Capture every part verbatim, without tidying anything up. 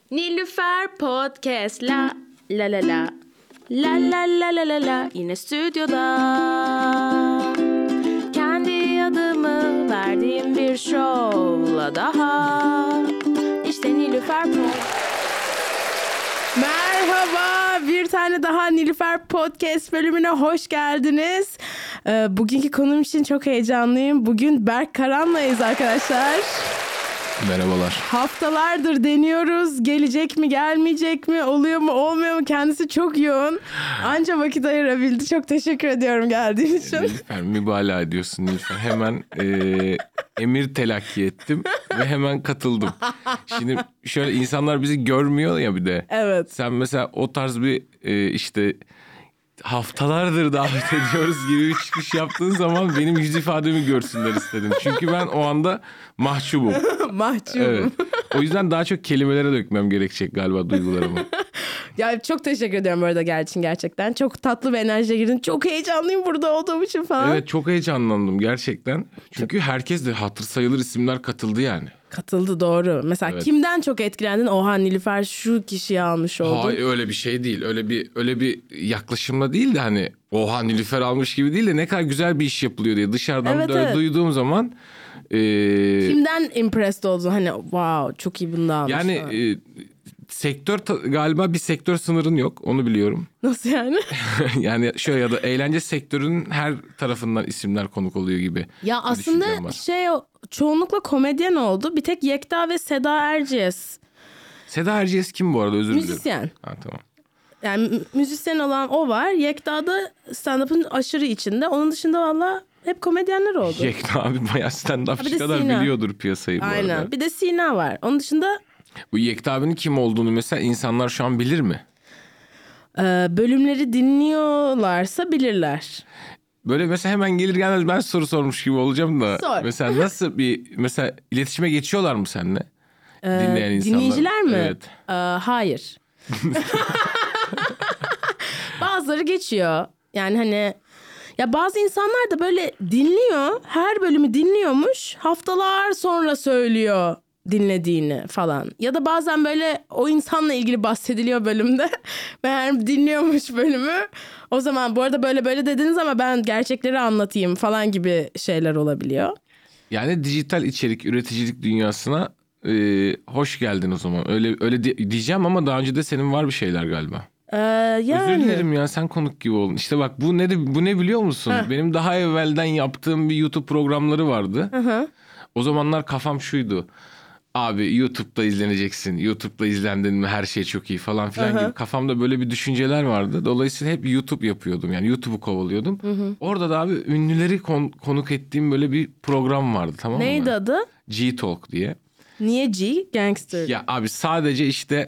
Nilüfer Podcast la la la la la la la la la la yine stüdyoda kendi adımı verdiğim bir şovla daha işte Nilüfer Podcast. Merhaba, bir tane daha Nilüfer Podcast bölümüne hoş geldiniz. Ee, bugünkü konum için çok heyecanlıyım. Bugün Berk Karan'layız arkadaşlar. Merhabalar. Haftalardır deniyoruz. Gelecek mi, gelmeyecek mi, oluyor mu, olmuyor mu? Kendisi çok yoğun. Anca vakit ayırabildi. Çok teşekkür ediyorum geldiğin için. Nilüfer, mübalağa ediyorsun Nilüfer. Hemen e, emir telakki ettim ve hemen katıldım. Şimdi şöyle, insanlar bizi görmüyor ya bir de. Evet. Sen mesela o tarz bir e, işte haftalardır davet ediyoruz gibi bir çıkış yaptığın zaman benim yüz ifademi görsünler istedim. Çünkü ben o anda mahcubum. Mahcubum. Evet. O yüzden daha çok kelimelere dökmem gerekecek galiba duygularımı. Ya çok teşekkür ediyorum bu arada geldiğin için gerçekten. Çok tatlı bir enerjiye girdin. Çok heyecanlıyım burada olduğum için falan. Evet, çok heyecanlandım gerçekten. Çünkü herkes de hatır sayılır isimler katıldı yani. Katıldı, doğru. Mesela evet. Kimden çok etkilendin? Oha, Nilüfer şu kişiyi almış oldu. Hayır, öyle bir şey değil. Öyle bir öyle bir yaklaşımla değil de hani oha Nilüfer almış gibi değil de ne kadar güzel bir iş yapılıyor diye dışarıdan evet, böyle evet. duyduğum zaman. E, Kimden impressed oldun? Hani wow, çok iyi bunu da almış. Yani e, sektör ta- galiba bir sektör sınırın yok, onu biliyorum. Nasıl yani? Yani şöyle, ya da eğlence sektörünün her tarafından isimler konuk oluyor gibi. Ya aslında şey, çoğunlukla komedyen oldu. Bir tek Yekta ve Seda Erciyes. Seda Erciyes kim bu arada, özür dilerim. Müzisyen. Ha, tamam. Yani müzisyen olan o var. Yekta da stand-up'ın aşırı içinde. Onun dışında valla hep komedyenler oldu. Yekta abi bayağı stand-upçı kadar Sina. biliyordur piyasayı bu Aynen. arada. Aynen. Bir de Sina var. Onun dışında... Bu Yekta abinin kim olduğunu mesela insanlar şu an bilir mi? Ee, bölümleri dinliyorlarsa bilirler. Böyle mesela hemen gelir gelmez ben soru sormuş gibi olacağım da. Sor. Mesela nasıl bir, mesela iletişime geçiyorlar mı seninle? Ee, Dinleyen insanlar. Dinleyiciler mi? Evet. Ee, hayır. Bazıları geçiyor. Yani hani... Ya bazı insanlar da böyle dinliyor. Her bölümü dinliyormuş. Haftalar sonra söylüyor dinlediğini falan. Ya da bazen böyle o insanla ilgili bahsediliyor bölümde. Ben dinliyormuş bölümü. O zaman bu arada böyle böyle dediniz ama ben gerçekleri anlatayım falan gibi şeyler olabiliyor. Yani dijital içerik üreticilik dünyasına e, hoş geldin o zaman. Öyle öyle di- diyeceğim ama daha önce de senin var bir şeyler galiba. Ee, yani. Özür dilerim ya, sen konuk gibi oldun. İşte bak, bu ne de, bu ne biliyor musun? Heh. Benim daha evvelden yaptığım bir YouTube programları vardı. Hı hı. O zamanlar kafam şuydu. Abi YouTube'da izleneceksin. YouTube'da izlendin mi her şey çok iyi falan filan Hı-hı. gibi. Kafamda böyle bir düşünceler vardı. Dolayısıyla hep YouTube yapıyordum. Yani YouTube'u kovalıyordum. Hı-hı. Orada da abi ünlüleri kon- konuk ettiğim böyle bir program vardı, tamam mı? Neydi adı? G-Talk diye. Niye G? Gangster. Ya abi sadece işte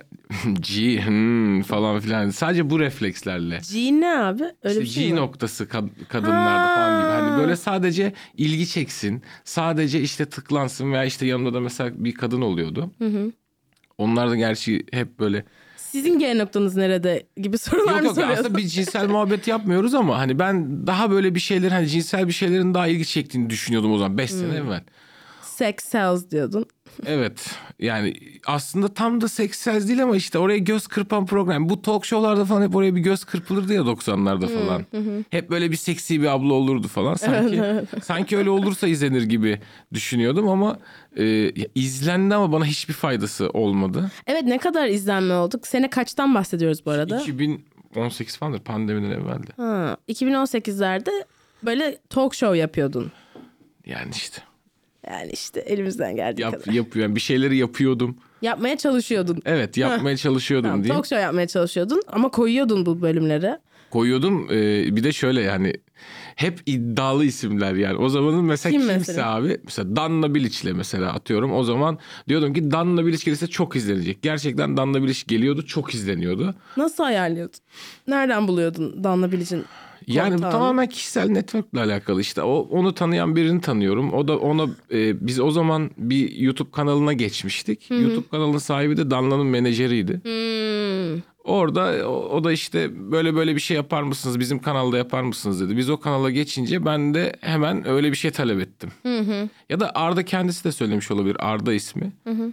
G hmm, falan filan. Sadece bu reflekslerle. G ne abi? Öyle işte bir şey G mi? noktası kad- kadınlarda ha. falan gibi. Hani böyle sadece ilgi çeksin. Sadece işte tıklansın veya işte yanımda da mesela bir kadın oluyordu. Hı hı. Onlar da gerçi hep böyle... Sizin G noktanız nerede gibi sorular yok, mı yok, soruyorsun? aslında bir cinsel muhabbet yapmıyoruz ama hani ben daha böyle bir şeyler, hani cinsel bir şeylerin daha ilgi çektiğini düşünüyordum o zaman beş sene evvel. Sex sells diyordun. Evet, yani aslında tam da sex sells değil ama işte oraya göz kırpan program. Bu talk show'larda falan hep oraya bir göz kırpılırdı ya doksanlarda falan. Hı hı. Hep böyle bir seksi bir abla olurdu falan. Sanki sanki öyle olursa izlenir gibi düşünüyordum ama e, izlendi ama bana hiçbir faydası olmadı. Evet, ne kadar izlenme olduk? Sene kaçtan bahsediyoruz bu arada? iki bin on sekiz falandır, pandemiden evveldi. Ha, iki bin on sekizlerde böyle talk show yapıyordun. Yani işte. Yani işte elimizden geldiği Yap, kadar. yapıyor. Yani bir şeyleri yapıyordum. Yapmaya çalışıyordun. Evet, yapmaya çalışıyordum tamam, diyeyim. talk show yapmaya çalışıyordun ama koyuyordun bu bölümleri. Koyuyordum. Ee, bir de şöyle, yani hep iddialı isimler yani. O zamanın mesela Kim kimse mesela? abi. Mesela Danla Bilic'le mesela atıyorum. O zaman diyordum ki Danla Bilic gelirse çok izlenecek. Gerçekten Danla Bilic geliyordu, çok izleniyordu. Nasıl ayarlıyordun? Nereden buluyordun Danla Bilic'in? Yani bu tamamen kişisel network'le alakalı işte. O, onu tanıyan birini tanıyorum. O da ona e, biz o zaman bir YouTube kanalına geçmiştik. Hı-hı. YouTube kanalının sahibi de Danla'nın menajeriydi. Hmm. Orada o, o da işte böyle böyle bir şey yapar mısınız, bizim kanalda yapar mısınız dedi. Biz o kanala geçince ben de hemen öyle bir şey talep ettim. Hı hı. Ya da Arda kendisi de söylemiş olabilir, Arda ismi. Hı hı.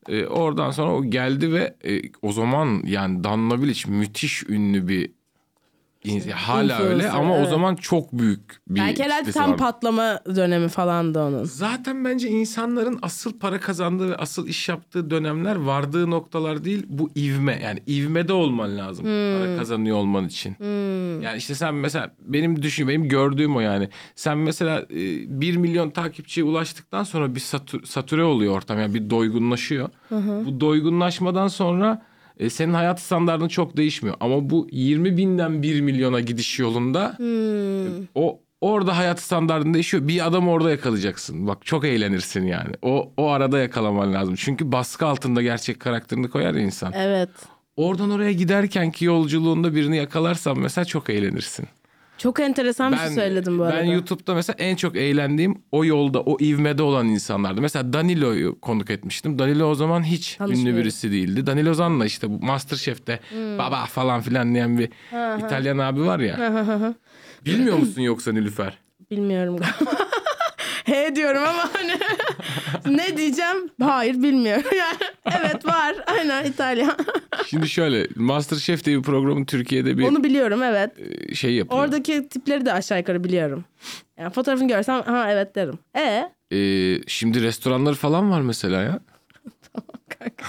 E, oradan sonra o geldi ve e, o zaman yani Danla Bilic müthiş ünlü bir in- hala Influencer, öyle ama evet. o zaman çok büyük bir Belki herhalde kitlesi tam vardı. patlama dönemi falan da onun. Zaten bence insanların asıl para kazandığı ve asıl iş yaptığı dönemler vardığı noktalar değil, bu ivme. Yani ivmede olman lazım para kazanıyor olman için. Yani işte sen mesela benim düşün, benim gördüğüm o yani. Sen mesela e, bir milyon takipçiye ulaştıktan sonra bir satü- satüre oluyor ortam, yani bir doygunlaşıyor. Bu doygunlaşmadan sonra e, senin hayat standartın çok değişmiyor. Ama bu yirmi binden bir milyona gidiş yolunda e, o orada hayat standartın değişiyor. Bir adamı orada yakalayacaksın. Bak çok eğlenirsin yani. O o arada yakalaman lazım. Çünkü baskı altında gerçek karakterini koyar ya insan. Evet. Oradan oraya giderkenki yolculuğunda birini yakalarsan mesela çok eğlenirsin. Çok enteresan bir şey söyledim bu arada. Ben YouTube'da mesela en çok eğlendiğim o yolda, o ivmede olan insanlardı. Mesela Danilo'yu konuk etmiştim. Danilo o zaman hiç ünlü birisi değildi. Danilo Zan'la işte bu MasterChef'te hmm. baba falan filan diyen bir İtalyan abi var ya. Bilmiyor musun yoksa Nilüfer? Bilmiyorum galiba. He diyorum ama hani ne diyeceğim? Hayır bilmiyorum. Yani evet var. Aynen İtalyan. Şimdi şöyle, MasterChef diye bir programın Türkiye'de bir... Onu biliyorum evet. Şey yapıyor. Oradaki tipleri de aşağı yukarı biliyorum. Yani fotoğrafını görsem ha evet derim. E? Ee, şimdi restoranları falan var mesela ya. Tamam kanka.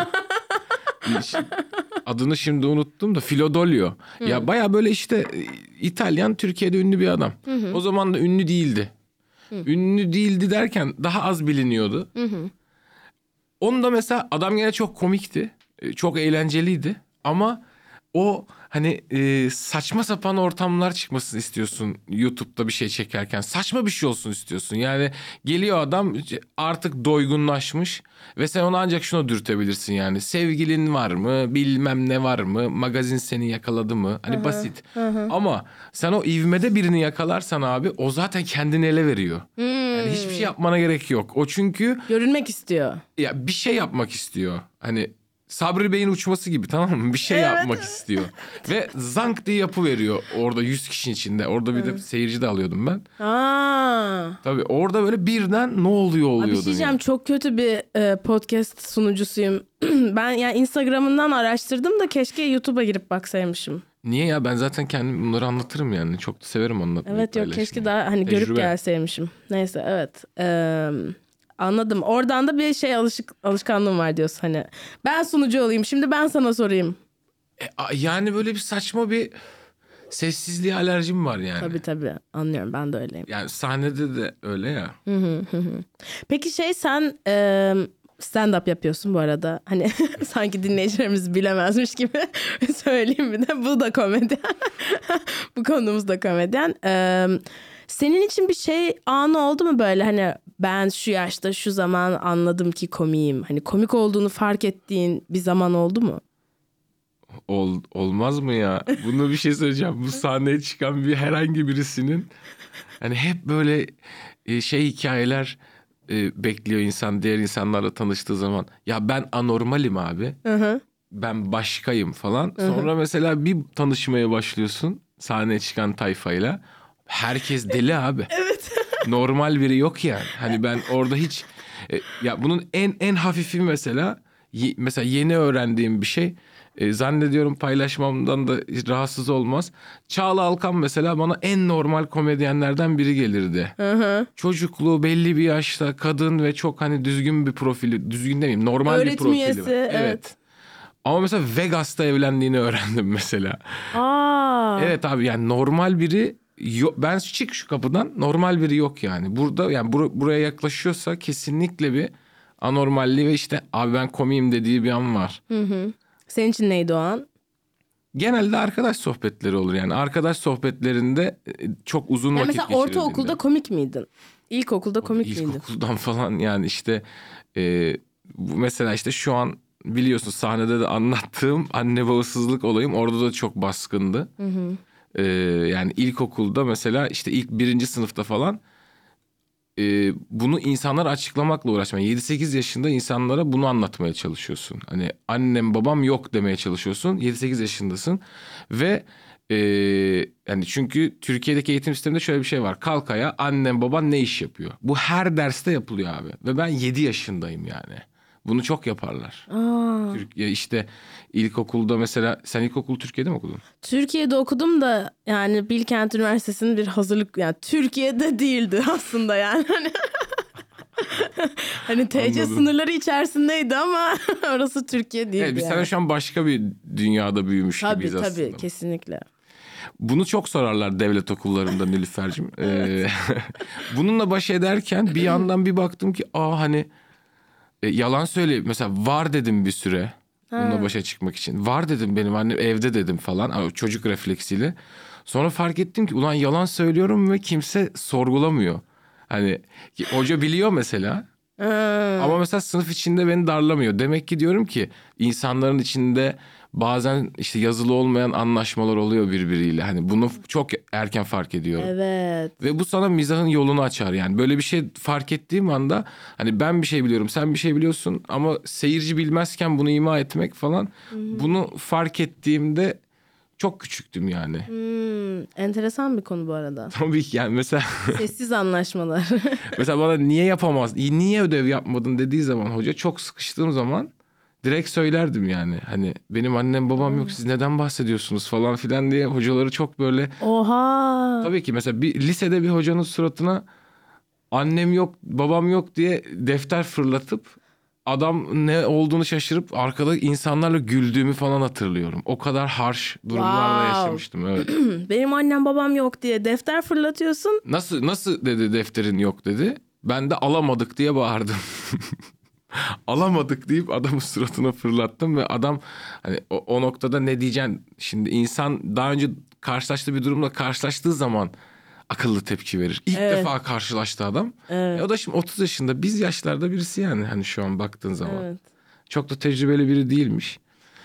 Adını şimdi unuttum da Filodolio. Hı. Ya baya böyle işte İtalyan, Türkiye'de ünlü bir adam. Hı hı. O zaman da ünlü değildi. Hı. Ünlü değildi derken daha az biliniyordu. Hı hı. Onun da mesela adam gene çok komikti. Çok eğlenceliydi. Ama o hani e, saçma sapan ortamlar çıkmasını istiyorsun YouTube'da bir şey çekerken. Saçma bir şey olsun istiyorsun. Yani geliyor adam artık doygunlaşmış ve sen onu ancak şuna dürtebilirsin yani. Sevgilin var mı? Bilmem ne var mı? Magazin seni yakaladı mı? Hani hı-hı, basit. Hı-hı. Ama sen o ivmede birini yakalarsan abi o zaten kendini ele veriyor. Hmm. Yani hiçbir şey yapmana gerek yok. O çünkü... Görünmek istiyor. Ya bir şey yapmak istiyor. Hani... Sabri Bey'in uçması gibi, tamam mı? Bir şey evet. yapmak istiyor. Ve zank diye yapıveriyor orada yüz kişinin içinde. Orada bir de seyirci de alıyordum ben. Aa. Tabii orada böyle birden ne oluyor oluyordun. Abi bir şey diyeceğim yani. Çok kötü bir e, podcast sunucusuyum. Ben yani Instagram'ından araştırdım da keşke YouTube'a girip baksaymışım. Niye ya? Ben zaten kendim bunları anlatırım yani. Çok da severim anlatmayı. Evet yok keşke daha hani Tecrübe. Görüp gelseymişim. Neyse evet. Eee... Anladım. Oradan da bir şey alışık, alışkanlığım var diyorsun hani. Ben sunucu olayım. Şimdi ben sana sorayım. E, yani böyle bir saçma bir sessizliğe alerjim var yani. Tabii tabii. Anlıyorum. Ben de öyleyim. Yani sahnede de öyle ya. Hı hı hı. Peki şey sen e, stand-up yapıyorsun bu arada. Hani sanki dinleyicilerimiz bilemezmiş gibi söyleyeyim bir de. Bu da komedyen. Bu konumuz da komedyen. Eee Senin için bir şey anı oldu mu böyle hani ben şu yaşta şu zaman anladım ki komiyim. Hani komik olduğunu fark ettiğin bir zaman oldu mu? Ol, olmaz mı ya? Bunu bir şey söyleyeceğim. Bu sahneye çıkan bir herhangi birisinin hani hep böyle şey hikayeler e, bekliyor insan diğer insanlarla tanıştığı zaman. Ya ben anormalim abi. Hı hı. Ben başkayım falan. Hı hı. Sonra mesela bir tanışmaya başlıyorsun sahneye çıkan tayfayla. Herkes deli abi. Evet. Normal biri yok yani. Hani ben orada hiç e, ya bunun en en hafifi mesela y- mesela yeni öğrendiğim bir şey. E, zannediyorum paylaşmamdan da rahatsız olmaz. Çağla Alkan mesela bana en normal komedyenlerden biri gelirdi. Hı hı. Çocukluğu belli bir yaşta kadın ve çok hani düzgün bir profili, düzgün demeyeyim normal öğretim bir profili. Üyesi, evet. evet. Ama mesela Vegas'ta evlendiğini öğrendim mesela. Aa. Evet abi yani normal biri yok. Ben çık şu kapıdan normal biri yok yani. Burada yani bur- buraya yaklaşıyorsa kesinlikle bir anormalliği ve işte abi ben komiyim dediği bir an var. Hı hı. Senin için neydi o an? Genelde arkadaş sohbetleri olur yani. Arkadaş sohbetlerinde çok uzun yani vakit geçirirdim. Mesela ortaokulda komik miydin? İlkokulda komik miydin? İlkokuldan falan yani işte e, bu mesela işte şu an biliyorsun sahnede de anlattığım anne babasızlık olayım orada da çok baskındı. Hı hı. Ee, yani ilkokulda mesela işte ilk birinci sınıfta falan e, bunu insanlara açıklamakla uğraşma. yedi sekiz yaşında insanlara bunu anlatmaya çalışıyorsun. Hani annem babam yok demeye çalışıyorsun. yedi sekiz yaşındasın ve e, yani çünkü Türkiye'deki eğitim sisteminde şöyle bir şey var. Kalk ayağa annem baban ne iş yapıyor? Bu her derste yapılıyor abi ve ben yedi yaşındayım yani. Bunu çok yaparlar. Aa. Türkiye işte ilkokulda mesela, sen ilkokulu Türkiye'de mi okudun? Türkiye'de okudum da yani Bilkent Üniversitesi'nin bir hazırlık, yani Türkiye'de değildi aslında yani. Hani hani T C Anladım. sınırları içerisindeydi ama orası Türkiye değildi. Evet, biz yani. yani şu an başka bir dünyada büyümüş tabii, gibiyiz tabii, aslında. Tabii kesinlikle. Bunu çok sorarlar devlet okullarında Nilüfer'cim. Ee, bununla baş ederken bir yandan bir baktım ki aa hani e, yalan söyle. Mesela var dedim bir süre bununla başa çıkmak için. Var dedim, benim annem evde dedim falan, çocuk refleksiyle. Sonra fark ettim ki ulan yalan söylüyorum ve kimse sorgulamıyor. Hani hoca biliyor mesela. Hmm. Ama mesela sınıf içinde beni darlamıyor. Demek ki diyorum ki insanların içinde bazen işte yazılı olmayan anlaşmalar oluyor birbiriyle. Hani bunu çok erken fark ediyorum. Evet. Ve bu sana mizahın yolunu açar yani. Böyle bir şey fark ettiğim anda hani ben bir şey biliyorum, sen bir şey biliyorsun ama seyirci bilmezken bunu ima etmek falan. Hı-hı. Bunu fark ettiğimde çok küçüktüm yani. Hmm, enteresan bir konu bu arada. Tabii ki yani mesela. Sessiz anlaşmalar. Mesela bana niye yapamaz, niye ödev yapmadın dediği zaman hoca, çok sıkıştığım zaman direkt söylerdim yani. Hani benim annem babam yok, siz neden bahsediyorsunuz falan filan diye hocaları çok böyle. Oha. Tabii ki mesela bir lisede bir hocanın suratına annem yok babam yok diye defter fırlatıp adam ne olduğunu şaşırıp arkada insanlarla güldüğümü falan hatırlıyorum. O kadar harsh durumlarla Wow. yaşamıştım, evet. Benim annem babam yok diye defter fırlatıyorsun. Nasıl nasıl dedi defterin yok dedi. Ben de alamadık diye bağırdım. Alamadık deyip adamın suratına fırlattım ve adam hani o, o noktada ne diyeceksin? Şimdi insan daha önce karşılaştığı bir durumla karşılaştığı zaman akıllı tepki verir. İlk Evet. defa karşılaştı adam. Evet. E o da şimdi otuz yaşında, biz yaşlarda birisi yani hani şu an baktığın zaman. Evet. Çok da tecrübeli biri değilmiş.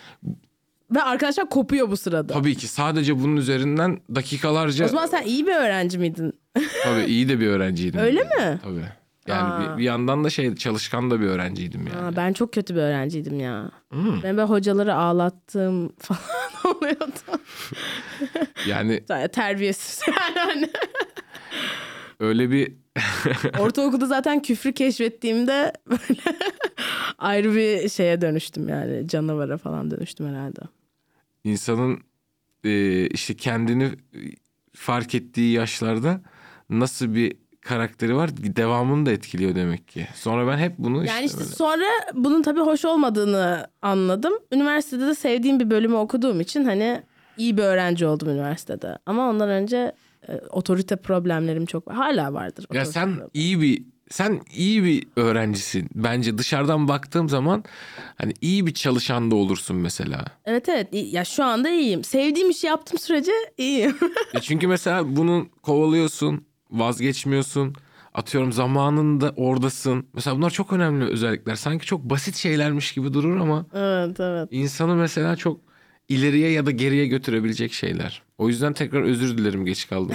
Ve arkadaşlar kopuyor bu sırada. Tabii ki sadece bunun üzerinden dakikalarca. O zaman sen iyi bir öğrenci miydin? Tabii iyi de bir öğrenciydim. Öyle yani. mi? Tabii. Yani bir, bir yandan da şey, çalışkan da bir öğrenciydim yani. Aa, ben çok kötü bir öğrenciydim ya. Hmm. Ben böyle hocaları ağlattım falan oluyordu. Yani terbiyesiz yani. Hani. Öyle bir ortaokulda zaten küfrü keşfettiğimde böyle ayrı bir şeye dönüştüm yani, canavara falan dönüştüm herhalde. İnsanın e, işte kendini fark ettiği yaşlarda nasıl bir karakteri var, devamını da etkiliyor demek ki. Sonra ben hep bunu yani işte, işte böyle... sonra bunun tabii hoş olmadığını anladım. Üniversitede de sevdiğim bir bölümü okuduğum için hani iyi bir öğrenci oldum üniversitede. Ama ondan önce e, otorite problemlerim çok var. Hala vardır. Ya sen problem. iyi bir sen iyi bir öğrencisin. Bence dışarıdan baktığım zaman hani iyi bir çalışan da olursun mesela. Evet evet, ya şu anda iyiyim. Sevdiğim işi yaptığım sürece iyiyim. Ya çünkü mesela bunu kovalıyorsun, vazgeçmiyorsun. Atıyorum zamanında oradasın. Mesela bunlar çok önemli özellikler. Sanki çok basit şeylermiş gibi durur ama evet evet. insanı mesela çok ileriye ya da geriye götürebilecek şeyler. O yüzden tekrar özür dilerim geç kaldım.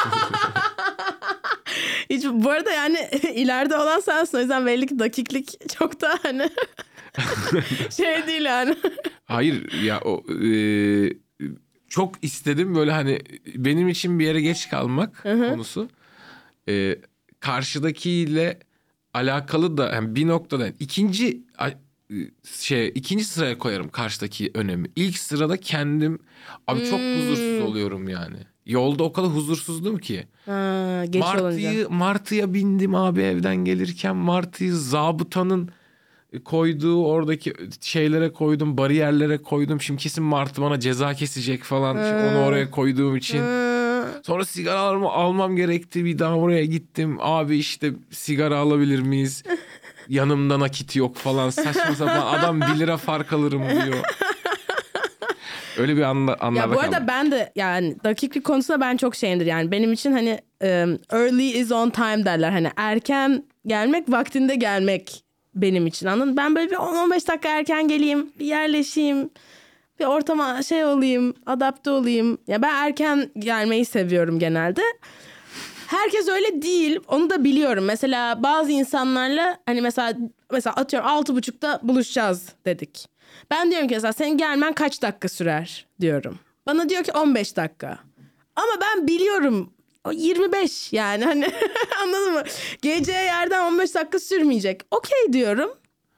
Hiç, bu arada yani ileride olan sensin, o yüzden belli ki dakiklik çok da hani şey değil yani. Hayır ya o e, çok istedim böyle hani benim için bir yere geç kalmak Hı-hı. konusu. E, karşıdakiyle alakalı da yani bir noktada ikinci şey ikinci sıraya koyarım karşıdaki önemi. İlk sırada kendim abi çok Hmm. huzursuz oluyorum yani. Yolda o kadar huzursuzdum ki. Ha, geç Martı'yı, olunca. Martı'ya bindim abi evden gelirken. Martı'yı zabıtanın koyduğu oradaki şeylere koydum, bariyerlere koydum. Şimdi kesin Martı bana ceza kesecek falan. Şimdi onu oraya koyduğum için. Sonra sigaralarımı almam gerekti. Bir daha oraya gittim. Abi işte sigara alabilir miyiz? Yanımda nakit yok falan. Saçma sapan, adam bir lira fark alırım diyor. Öyle bir anla, anlarda Ya bu arada kaldım. ben de yani dakiklik konusunda ben çok şeyimdir yani. Benim için hani um, early is on time derler. Hani erken gelmek, vaktinde gelmek benim için, anladın mı? Ben böyle bir on on beş dakika erken geleyim, bir yerleşeyim, bir ortama şey olayım, adapte olayım. Ya ben erken gelmeyi seviyorum genelde. Herkes öyle değil, onu da biliyorum. Mesela bazı insanlarla hani mesela mesela atıyorum altı buçukta buluşacağız dedik. Ben diyorum ki mesela senin gelmen kaç dakika sürer diyorum. Bana diyor ki on beş dakika. Ama ben biliyorum o yirmi beş yani hani anladın mı? Geleceği yerden on beş dakika sürmeyecek. Okey diyorum.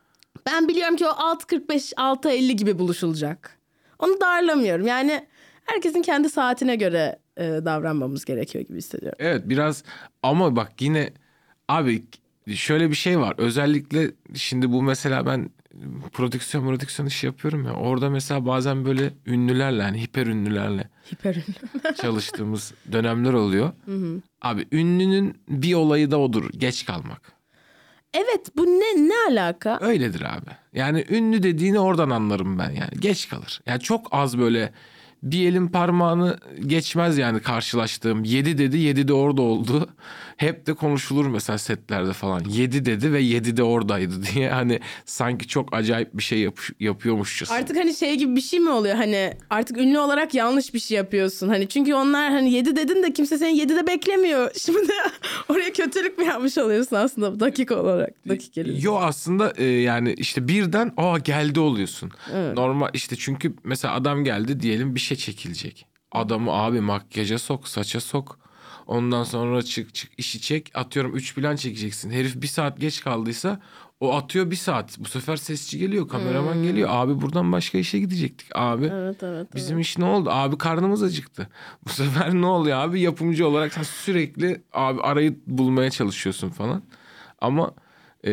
Ben biliyorum ki o altı kırk beş altı elli gibi buluşulacak. Onu darlamıyorum. Yani herkesin kendi saatine göre e, davranmamız gerekiyor gibi hissediyorum. Evet biraz ama bak yine abi şöyle bir şey var. Özellikle şimdi bu mesela ben prodüksiyon prodüksiyon işi yapıyorum ya. Orada mesela bazen böyle ünlülerle hani hiper ünlülerle Hiper ünlü. çalıştığımız dönemler oluyor. Hı hı. Abi ünlünün bir olayı da odur. Geç kalmak. Evet bu ne ne alaka? Öyledir abi. Yani ünlü dediğini oradan anlarım ben yani. Geç kalır. Yani çok az böyle bir elin parmağını geçmez yani karşılaştığım. Yedi dedi, yedi de orada oldu. Hep de konuşulur mesela setlerde falan. Yedi dedi ve yedi de oradaydı diye. Hani sanki çok acayip bir şey yap- yapıyormuşçasına. Artık hani şey gibi bir şey mi oluyor? Hani artık ünlü olarak yanlış bir şey yapıyorsun. Hani çünkü onlar hani yedi dedin de kimse seni yedide beklemiyor. Şimdi oraya kötülük mü yapmış oluyorsun aslında dakika olarak? Dakika. Yo aslında e, yani işte birden aa geldi oluyorsun. Evet. Normal işte çünkü mesela adam geldi diyelim bir şey çekilecek. Adamı abi makyaja sok, saça sok. Ondan sonra çık çık işi çek. Atıyorum üç plan çekeceksin. Herif bir saat geç kaldıysa o atıyor bir saat. Bu sefer sesçi geliyor, kameraman Hmm. geliyor. Abi buradan başka işe gidecektik. Abi Evet evet. bizim evet. iş ne oldu? Abi karnımız acıktı. Bu sefer ne oluyor abi? Yapımcı olarak sen sürekli abi arayı bulmaya çalışıyorsun falan. Ama e,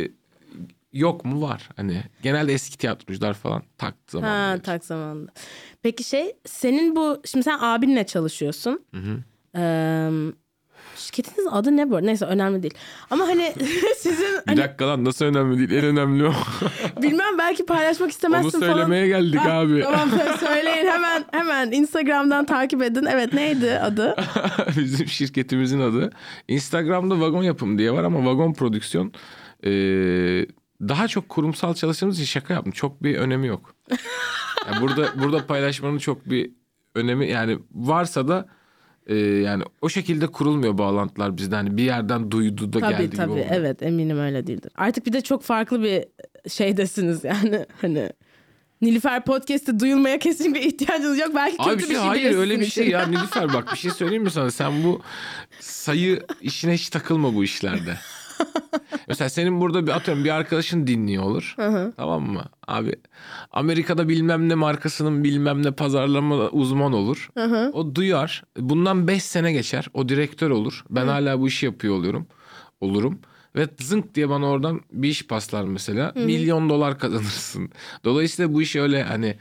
yok mu var. Hani genelde eski tiyatrocular falan taktı Ha zamanında. tak zamanında. Peki şey senin bu şimdi sen abinle çalışıyorsun. Hı hı. Ee, şirketinizin adı ne bu arada? Neyse önemli değil. Ama hani sizin Bir hani, dakika lan nasıl önemli değil. En önemli o. bilmem belki paylaşmak istemezsin Onu falan. söylemeye geldik Ah, abi. Tamam söyleyin hemen hemen Instagram'dan takip edin. Evet neydi adı? Bizim şirketimizin adı. Instagram'da Vagon Yapım diye var ama Vagon Prodüksiyon e, daha çok kurumsal çalıştığımız için şaka yaptım. Çok bir önemi yok. Yani burada burada paylaşmanın çok bir önemi yani varsa da e, yani o şekilde kurulmuyor bağlantılar bizde. Hani bir yerden duydu da Tabii geldi gibi tabii olmuyor. evet eminim öyle değildir. Artık bir de çok farklı bir şeydesiniz yani hani Nilüfer Podcast'te duyulmaya kesinlikle ihtiyacınız yok. Belki kötü Abi bir şey, şey hayır bile öyle sizin bir şey için. ya Nilüfer bak bir şey söyleyeyim mi sana? Sen bu sayı işine hiç takılma bu işlerde. Mesela senin burada bir atıyorum bir arkadaşın dinliyor olur. Hı hı. Tamam mı? Abi Amerika'da bilmem ne markasının bilmem ne pazarlama uzman olur. Hı hı. O duyar. Bundan beş sene geçer. O direktör olur. Ben hala bu işi yapıyor oluyorum. Olurum. Ve zınk diye bana oradan bir iş paslar mesela. Milyon dolar kazanırsın. Dolayısıyla bu iş öyle hani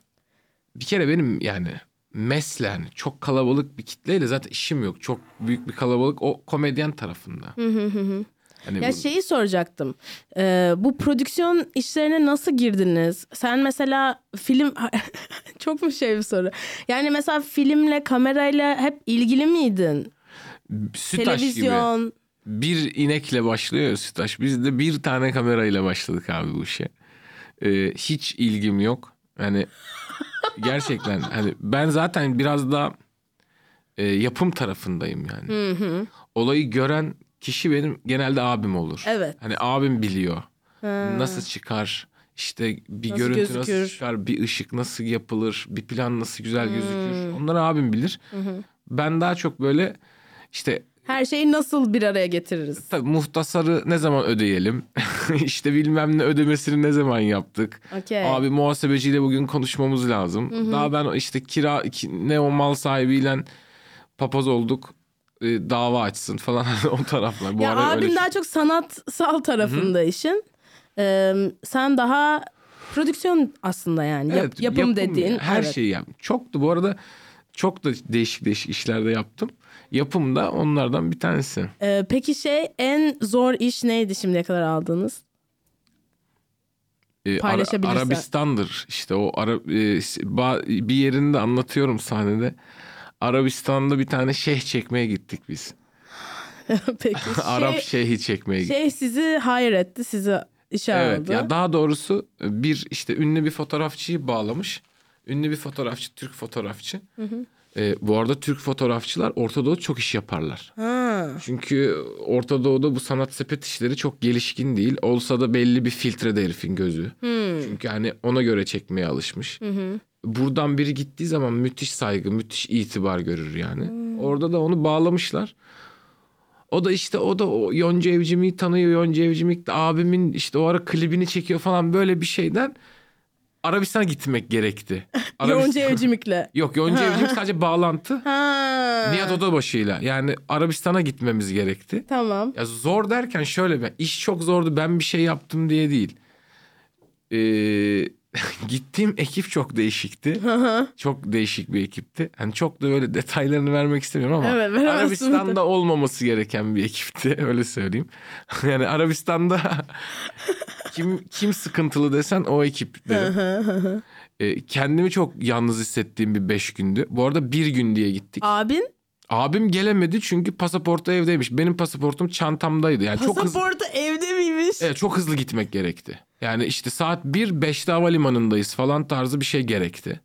bir kere benim yani mesleğen çok kalabalık bir kitleyle zaten işim yok. Çok büyük bir kalabalık o komedyen tarafında. Hı hı hı hı. Hani Ya bu- şeyi soracaktım. Ee, bu prodüksiyon işlerine nasıl girdiniz? Sen mesela film çok mu şey bir soru? Yani mesela filmle, kamerayla hep ilgili miydin? Sütaş gibi. Televizyon. Bir inekle başlıyor ya Sütaş. Biz de bir tane kamerayla başladık abi bu işe. Ee, hiç ilgim yok. Yani gerçekten hani ben zaten biraz daha e, yapım tarafındayım yani. Hı hı. Olayı gören kişi benim genelde abim olur. Evet. Hani abim biliyor. Ha. Nasıl çıkar? İşte bir Nasıl görüntü gözükür? nasıl çıkar? Bir ışık nasıl yapılır? Bir plan nasıl güzel gözükür? Onları abim bilir. Ben daha çok böyle işte Her şeyi nasıl bir araya getiririz? tabii muhtasarı ne zaman ödeyelim? İşte bilmem ne ödemesini ne zaman yaptık? Okey. Abi muhasebeciyle bugün konuşmamız lazım. Daha ben işte kira ki- ne o mal sahibiyle papaz olduk. e, dava açsın falan o taraflar. Bu Ya ara abin öyle daha çok sanatsal tarafında işin. Ee, sen daha prodüksiyon aslında yani. Yap- Evet, yapım, yapım dediğin. ya. Her evet. şeyi yaptım. Çoktu bu arada çok da değişik değişik işlerde yaptım. Yapım da onlardan bir tanesi. Ee, peki şey en zor iş neydi şimdiye kadar aldığınız? Ee, Ara- Paylaşabilirsen. Arabistan'dır işte o ara, e, ba- bir yerinde anlatıyorum sahnede. Arabistan'da bir tane şeyh çekmeye gittik biz. Peki şey, Arap şeyhi çekmeye gittik. şey sizi hayır etti, sizi işe Evet aldı. ya daha doğrusu bir işte ünlü bir fotoğrafçıyı bağlamış. Ünlü bir fotoğrafçı, Türk fotoğrafçı. Ee, bu arada Türk fotoğrafçılar Orta Doğu'da çok iş yaparlar. Ha. Çünkü Orta Doğu'da bu sanat sepet işleri çok gelişkin değil. Olsa da belli bir filtrede herifin gözü. Çünkü hani ona göre çekmeye alışmış. Buradan biri gittiği zaman müthiş saygı, müthiş itibar görür yani. Orada da onu bağlamışlar. O da işte o da o Yonca Evcimik'i tanıyor. Yonca Evcimik de abimin işte o ara klibini çekiyor falan, böyle bir şeyden Arabistan'a gitmek gerekti. Yonca Evcimik'le. Yok, Yonca Evcimik sadece bağlantı. Ha. Nihat Odabaşı'yla. Yani Arabistan'a gitmemiz gerekti. Tamam. Ya zor derken şöyle, ben iş çok zordu, ben bir şey yaptım diye değil. Ee, gittiğim ekip çok değişikti. Çok değişik bir ekipti. Hani çok da öyle detaylarını vermek istemiyorum ama evet, Arabistan'da olmaması gereken bir ekipti, öyle söyleyeyim. Yani Arabistan'da kim kim sıkıntılı desen o ekip derim. ee, kendimi çok yalnız hissettiğim bir beş gündü. Bu arada bir gün diye gittik. Abin? Abim gelemedi çünkü pasaportu evdeymiş. Benim pasaportum çantamdaydı. Yani Pasaportu çok hızlı, evde miymiş? evet, çok hızlı gitmek gerekti. Yani işte saat bir beşte havalimanındayız falan tarzı bir şey gerekti.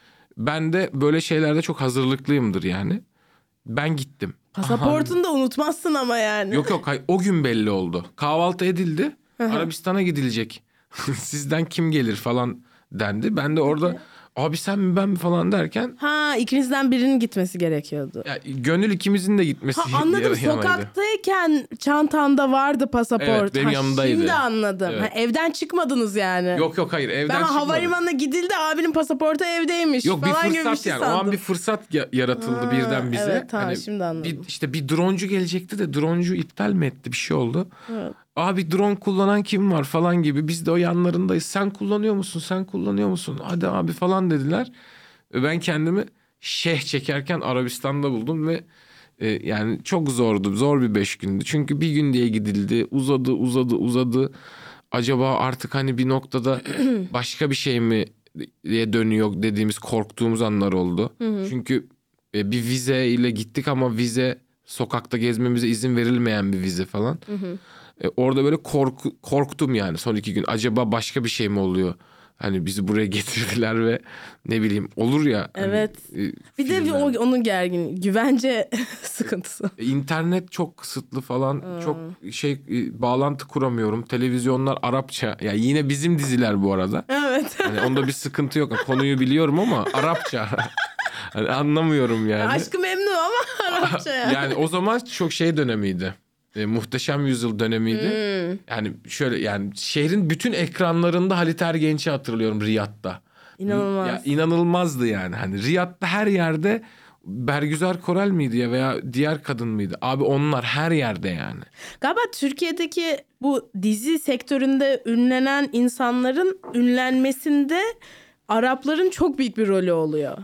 Ben de böyle şeylerde çok hazırlıklıyımdır yani. Ben gittim. Pasaportunu da unutmazsın ama yani. Yok yok, hayır, o gün belli oldu. Kahvaltı edildi. Arabistan'a gidilecek. Sizden kim gelir falan dendi. Ben de orada abi sen mi ben mi falan derken. Ha, ikinizden birinin gitmesi gerekiyordu. Ya, gönül ikimizin de gitmesi. Ha, anladım, yanaydı. sokaktayken çantanda vardı pasaport. Evet, benim ha, yanımdaydı. Şimdi anladım. Evet. Ha, evden çıkmadınız yani. Yok yok, hayır, evden ben çıkmadım. havalimanına gidildi, abinin pasaportu evdeymiş Yok, bir falan gibi bir fırsat şey yani. sandım. O an bir fırsat ya- yaratıldı Ha, birden bize. evet, tamam, Hani şimdi anladım. Bir, işte bir droncu gelecekti de droncu iptal mi etti, bir şey oldu. Evet. Abi drone kullanan kim var falan gibi. Biz de o yanlarındayız. Sen kullanıyor musun? Sen kullanıyor musun? Hadi abi falan dediler. Ben kendimi şeyh çekerken Arabistan'da buldum ve e, yani çok zordu. Zor bir beş gündü. Çünkü bir gün diye gidildi. Uzadı uzadı uzadı. Acaba artık hani bir noktada başka bir şey mi diye dönüyor dediğimiz, korktuğumuz anlar oldu. Hı hı. Çünkü e, bir vize ile gittik ama vize, sokakta gezmemize izin verilmeyen bir vize falan. Hı hı. E, orada böyle korku, korktum yani son iki gün. Acaba başka bir şey mi oluyor? Hani bizi buraya getirdiler ve ne bileyim, olur ya. Evet. Hani, e, bir de bir o, onun gergin güvence sıkıntısı. İnternet çok kısıtlı falan. Hmm. Çok şey e, bağlantı kuramıyorum. Televizyonlar Arapça. Ya yine bizim diziler bu arada. Evet. Hani onda bir sıkıntı yok. Konuyu biliyorum ama Arapça. Hani anlamıyorum yani. Aşkı Memnu ama Arapça yani. Yani o zaman çok şey dönemiydi. E, Muhteşem Yüzyıl dönemiydi. Hmm. Yani şöyle, yani şehrin bütün ekranlarında Halit Ergenç'i hatırlıyorum Riyad'da. İnanılmaz. Ya, inanılmazdı yani. Hani Riyad'da her yerde Bergüzar Korel miydi ya veya diğer kadın mıydı? Abi onlar her yerde yani. Galiba Türkiye'deki bu dizi sektöründe ünlenen insanların ünlenmesinde Arapların çok büyük bir rolü oluyor.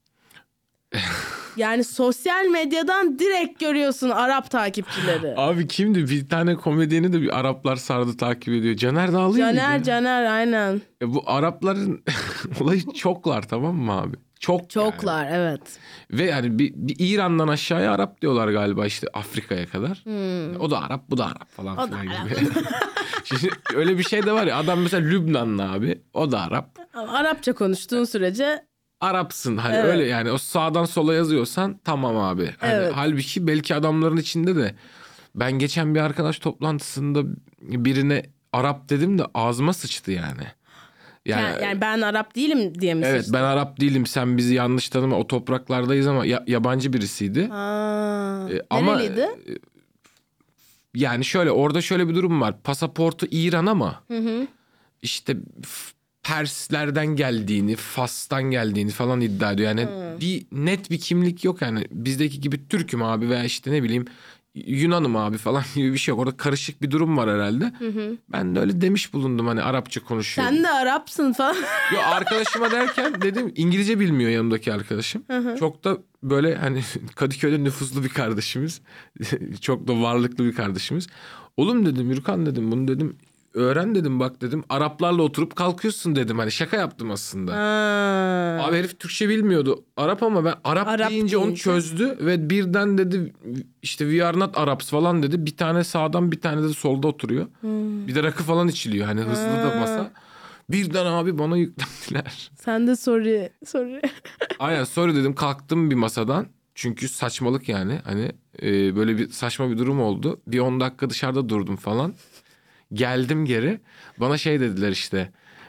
Yani sosyal medyadan direkt görüyorsun Arap takipçileri. Abi kimdi? Bir tane komedyeni de bir Araplar sardı takip ediyor. Caner Dağlı mıydı? Caner Caner aynen. E bu Arapların olayı çoklar, tamam mı abi? Çok Çoklar yani. Evet. Ve yani bir, bir İran'dan aşağıya Arap diyorlar galiba, işte Afrika'ya kadar. Hmm. O da Arap, bu da Arap falan o filan gibi. Şimdi öyle bir şey de var ya, adam mesela Lübnanlı abi, o da Arap. Arapça konuştuğun sürece Arapsın hani, evet. Öyle yani, o sağdan sola yazıyorsan tamam abi. Hani evet. Halbuki belki adamların içinde de, ben geçen bir arkadaş toplantısında birine Arap dedim de ağzıma sıçtı yani. Yani, yani, yani ben Arap değilim diye mi Evet sıçtı? Ben Arap değilim, sen bizi yanlış tanıma, o topraklardayız ama ya, yabancı birisiydi. Ha, ee, ama nereliydi? Yani şöyle, orada şöyle bir durum var. Pasaportu İran ama hı hı. işte Perslerden geldiğini, Fas'tan geldiğini falan iddia ediyor. Yani hmm. bir net bir kimlik yok yani. Bizdeki gibi Türk'üm abi veya işte ne bileyim Yunan'ım abi falan gibi bir şey yok. Orada karışık bir durum var herhalde. Hı hı. Ben de öyle demiş bulundum, hani Arapça konuşuyor. Sen de Arapsın falan. Yo, arkadaşıma derken dedim, İngilizce bilmiyor yanımdaki arkadaşım. Hı hı. Çok da böyle hani Kadıköy'de nüfuzlu bir kardeşimiz. Çok da varlıklı bir kardeşimiz. Oğlum dedim, Yürkan dedim, bunu dedim öğren dedim, bak dedim Araplarla oturup kalkıyorsun dedim, hani şaka yaptım aslında. Ha. Abi herif Türkçe bilmiyordu, Arap ama ben Arap, Arap deyince, deyince onu çözdü ve birden dedi işte we are not Arabs falan dedi. Bir tane sağdan bir tane de solda oturuyor. Hmm. Bir de rakı falan içiliyor hani, hızlı ha. da masa. Birden abi bana yüklendiler. Sen de sorry sorry. Aynen sorry dedim, kalktım bir masadan. Çünkü saçmalık yani, hani e, böyle bir saçma bir durum oldu. Bir on dakika dışarıda durdum falan. Geldim geri. Bana şey dediler işte.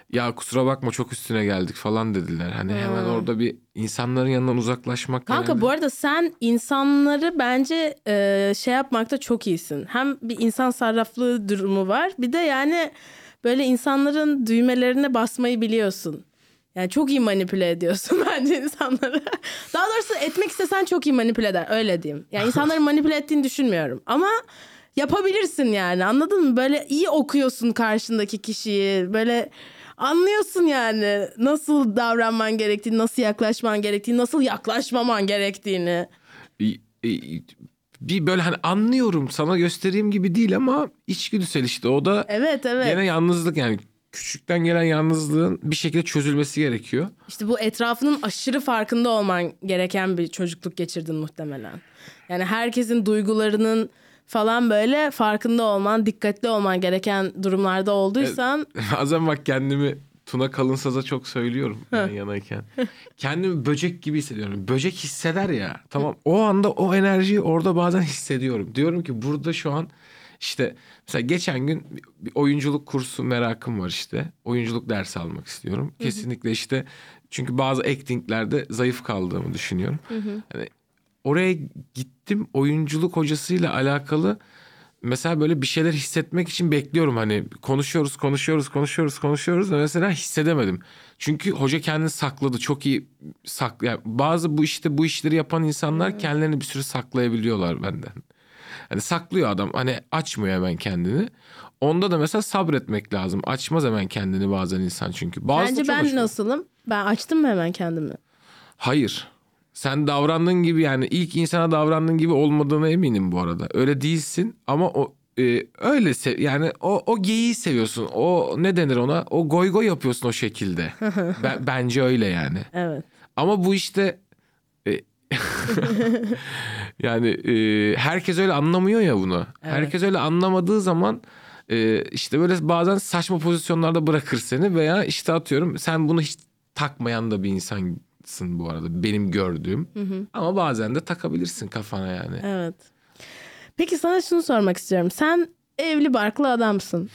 ya kusura bakma çok üstüne geldik falan dediler. Hani hmm. hemen orada bir insanların yanından uzaklaşmak. Kanka yani. Bu arada sen insanları bence e, şey yapmakta çok iyisin. Hem bir insan sarraflığı durumu var. Bir de yani böyle insanların düğmelerine basmayı biliyorsun. Yani çok iyi manipüle ediyorsun bence insanları. Daha doğrusu etmek istesen çok iyi manipüle eder. Öyle diyeyim. Yani insanları manipüle ettiğini düşünmüyorum. Ama yapabilirsin yani, anladın mı? Böyle iyi okuyorsun karşındaki kişiyi. Böyle anlıyorsun yani nasıl davranman gerektiğini, nasıl yaklaşman gerektiğini, nasıl yaklaşmaman gerektiğini. Bir böyle hani anlıyorum, sana göstereyim gibi değil ama içgüdüsel işte o da. Evet evet. Gene yalnızlık yani. Küçükten gelen yalnızlığın bir şekilde çözülmesi gerekiyor. İşte bu etrafının aşırı farkında olman gereken bir çocukluk geçirdin muhtemelen. Yani herkesin duygularının falan böyle farkında olman, dikkatli olman gereken durumlarda olduysan. Evet, bazen bak kendimi Tuna Kalınsaz'a çok söylüyorum yan yanayken. Kendimi böcek gibi hissediyorum. Böcek hisseder ya. Tamam, o anda o enerjiyi orada bazen hissediyorum. Diyorum ki burada şu an işte mesela geçen gün bir oyunculuk kursu merakım var işte. Oyunculuk dersi almak istiyorum. Hı hı. Kesinlikle işte çünkü bazı actinglerde zayıf kaldığımı düşünüyorum. Hı hı. Yani oraya gittim, oyunculuk hocasıyla alakalı mesela böyle bir şeyler hissetmek için bekliyorum. Hani konuşuyoruz konuşuyoruz konuşuyoruz konuşuyoruz da mesela hissedemedim. Çünkü hoca kendini sakladı, çok iyi sak yani bazı bu işte bu işleri yapan insanlar hı. kendilerini bir süre saklayabiliyorlar benden. Hani saklıyor adam, hani açmıyor hemen kendini. Onda da mesela sabretmek lazım. Açmaz hemen kendini bazen insan çünkü. Bazı Bence ben hoşuma. Nasılım? Ben açtım mı hemen kendimi? Hayır. Sen davrandığın gibi, yani ilk insana davrandığın gibi olmadığına eminim bu arada. Öyle değilsin ama o e, öyle sev yani o o geyiği seviyorsun. O ne denir ona? O goy goy yapıyorsun o şekilde. ben, bence öyle yani. Evet. Ama bu işte e, yani e, herkes öyle anlamıyor ya bunu. Evet. Herkes öyle anlamadığı zaman e, işte böyle bazen saçma pozisyonlarda bırakır seni veya işte atıyorum sen bunu hiç takmayan da bir insansın bu arada benim gördüğüm. Hı hı. Ama bazen de takabilirsin kafana yani. Evet. Peki sana şunu sormak istiyorum. Sen evli barklı adamsın.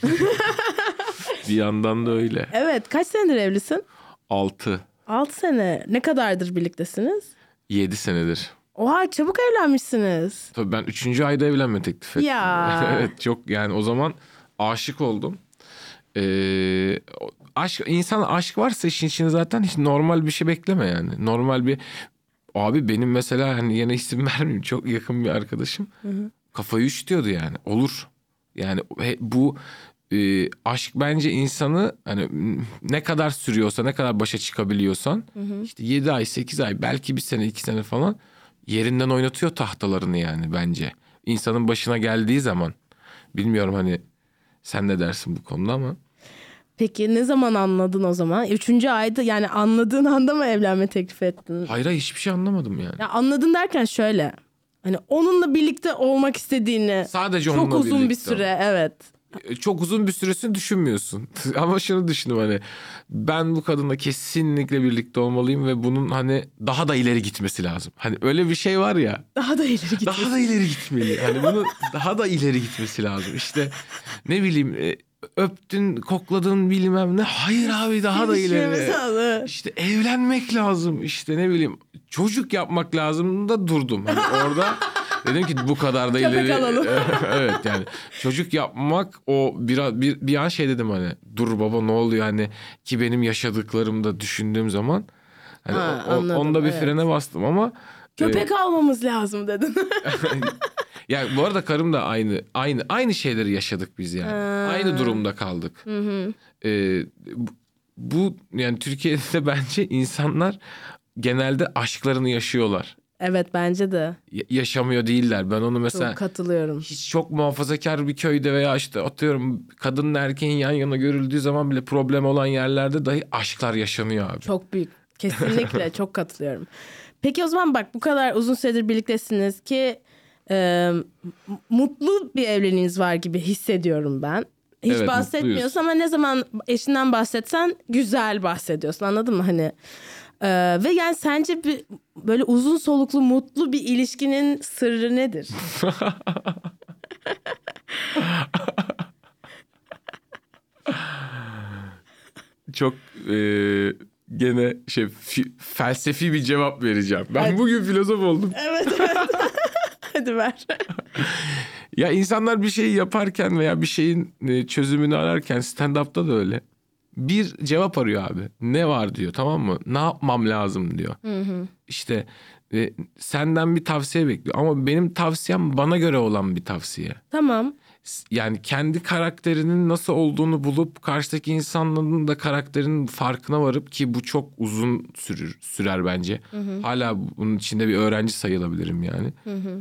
Bir yandan da öyle. Evet. Kaç senedir evlisin? Altı. Altı sene. Ne kadardır birliktesiniz? Yedi senedir. Oha, çabuk evlenmişsiniz. Tabii ben üçüncü ayda evlenme teklif ettim. Ya. Evet, çok yani o zaman aşık oldum. Ee, aşk, insan aşk varsa işin içinde zaten hiç normal bir şey bekleme yani. Normal bir abi benim mesela hani yine isim vermeyeyim, çok yakın bir arkadaşım. Hı hı. Kafayı üşütüyordu yani. Olur. Yani bu e, aşk bence insanı hani ne kadar sürüyorsa, ne kadar başa çıkabiliyorsan hı hı. işte yedi ay sekiz ay belki bir sene iki sene falan yerinden oynatıyor tahtalarını yani bence. İnsanın başına geldiği zaman, bilmiyorum hani sen ne dersin bu konuda ama. Peki ne zaman anladın o zaman? Üçüncü ayda yani anladığın anda mı evlenme teklif ettin? Hayır, hiçbir şey anlamadım yani. Ya anladın derken şöyle. Hani onunla birlikte olmak istediğini. Sadece onunla birlikte. Çok uzun bir süre, evet. Çok uzun bir süresini düşünmüyorsun. Ama şunu düşündüm, hani ben bu kadınla kesinlikle birlikte olmalıyım ve bunun hani daha da ileri gitmesi lazım. Hani öyle bir şey var ya. Daha da ileri gitmesi. Daha da ileri gitmeli. Hani bunun daha da ileri gitmesi lazım. İşte ne bileyim, öptün, kokladın bilmem ne. Hayır abi, daha da ileri. İşte evlenmek lazım. İşte ne bileyim, çocuk yapmak lazım da durdum. Hani orada dedim ki bu kadar da ileri. Evet yani çocuk yapmak o biraz bir, bir an şey dedim, hani dur baba ne oluyor hani, ki benim yaşadıklarımda düşündüğüm zaman hani ha, o, anladım, onda bir evet. frene bastım ama köpek e... almamız lazım dedin. Ya bu arada karım da aynı aynı aynı şeyleri yaşadık biz yani. Ha. Aynı durumda kaldık. Hı hı. Ee, bu, bu yani Türkiye'de bence insanlar genelde aşklarını yaşıyorlar. Evet, bence de. Ya- yaşamıyor değiller. Ben onu mesela çok katılıyorum. Hiç çok muhafazakar bir köyde veya işte atıyorum kadınla erkeğin yan yana görüldüğü zaman bile problem olan yerlerde dahi aşklar yaşanıyor abi. Çok büyük. Kesinlikle çok katılıyorum. Peki o zaman bak, bu kadar uzun süredir birliktesiniz ki e, mutlu bir evliliğiniz var gibi hissediyorum ben. Hiç evet, bahsetmiyorsun mutluyuz. Ama ne zaman eşinden bahsetsen güzel bahsediyorsun, anladın mı hani? Ee, ve yani sence bir, böyle uzun soluklu mutlu bir ilişkinin sırrı nedir? çok e, gene şey fi, felsefi bir cevap vereceğim. Ben evet. Bugün filozof oldum. Evet evet. Hadi ver. Ya insanlar bir şeyi yaparken veya bir şeyin çözümünü ararken stand-up'ta da öyle. Bir cevap arıyor abi. Ne var diyor, tamam mı? Ne yapmam lazım diyor. Hı hı. İşte e, senden bir tavsiye bekliyor. Ama benim tavsiyem bana göre olan bir tavsiye. Tamam. Yani kendi karakterinin nasıl olduğunu bulup karşıdaki insanların da karakterinin farkına varıp, ki bu çok uzun sürür, sürer bence. Hı hı. Hala bunun içinde bir öğrenci sayılabilirim yani. Hı hı.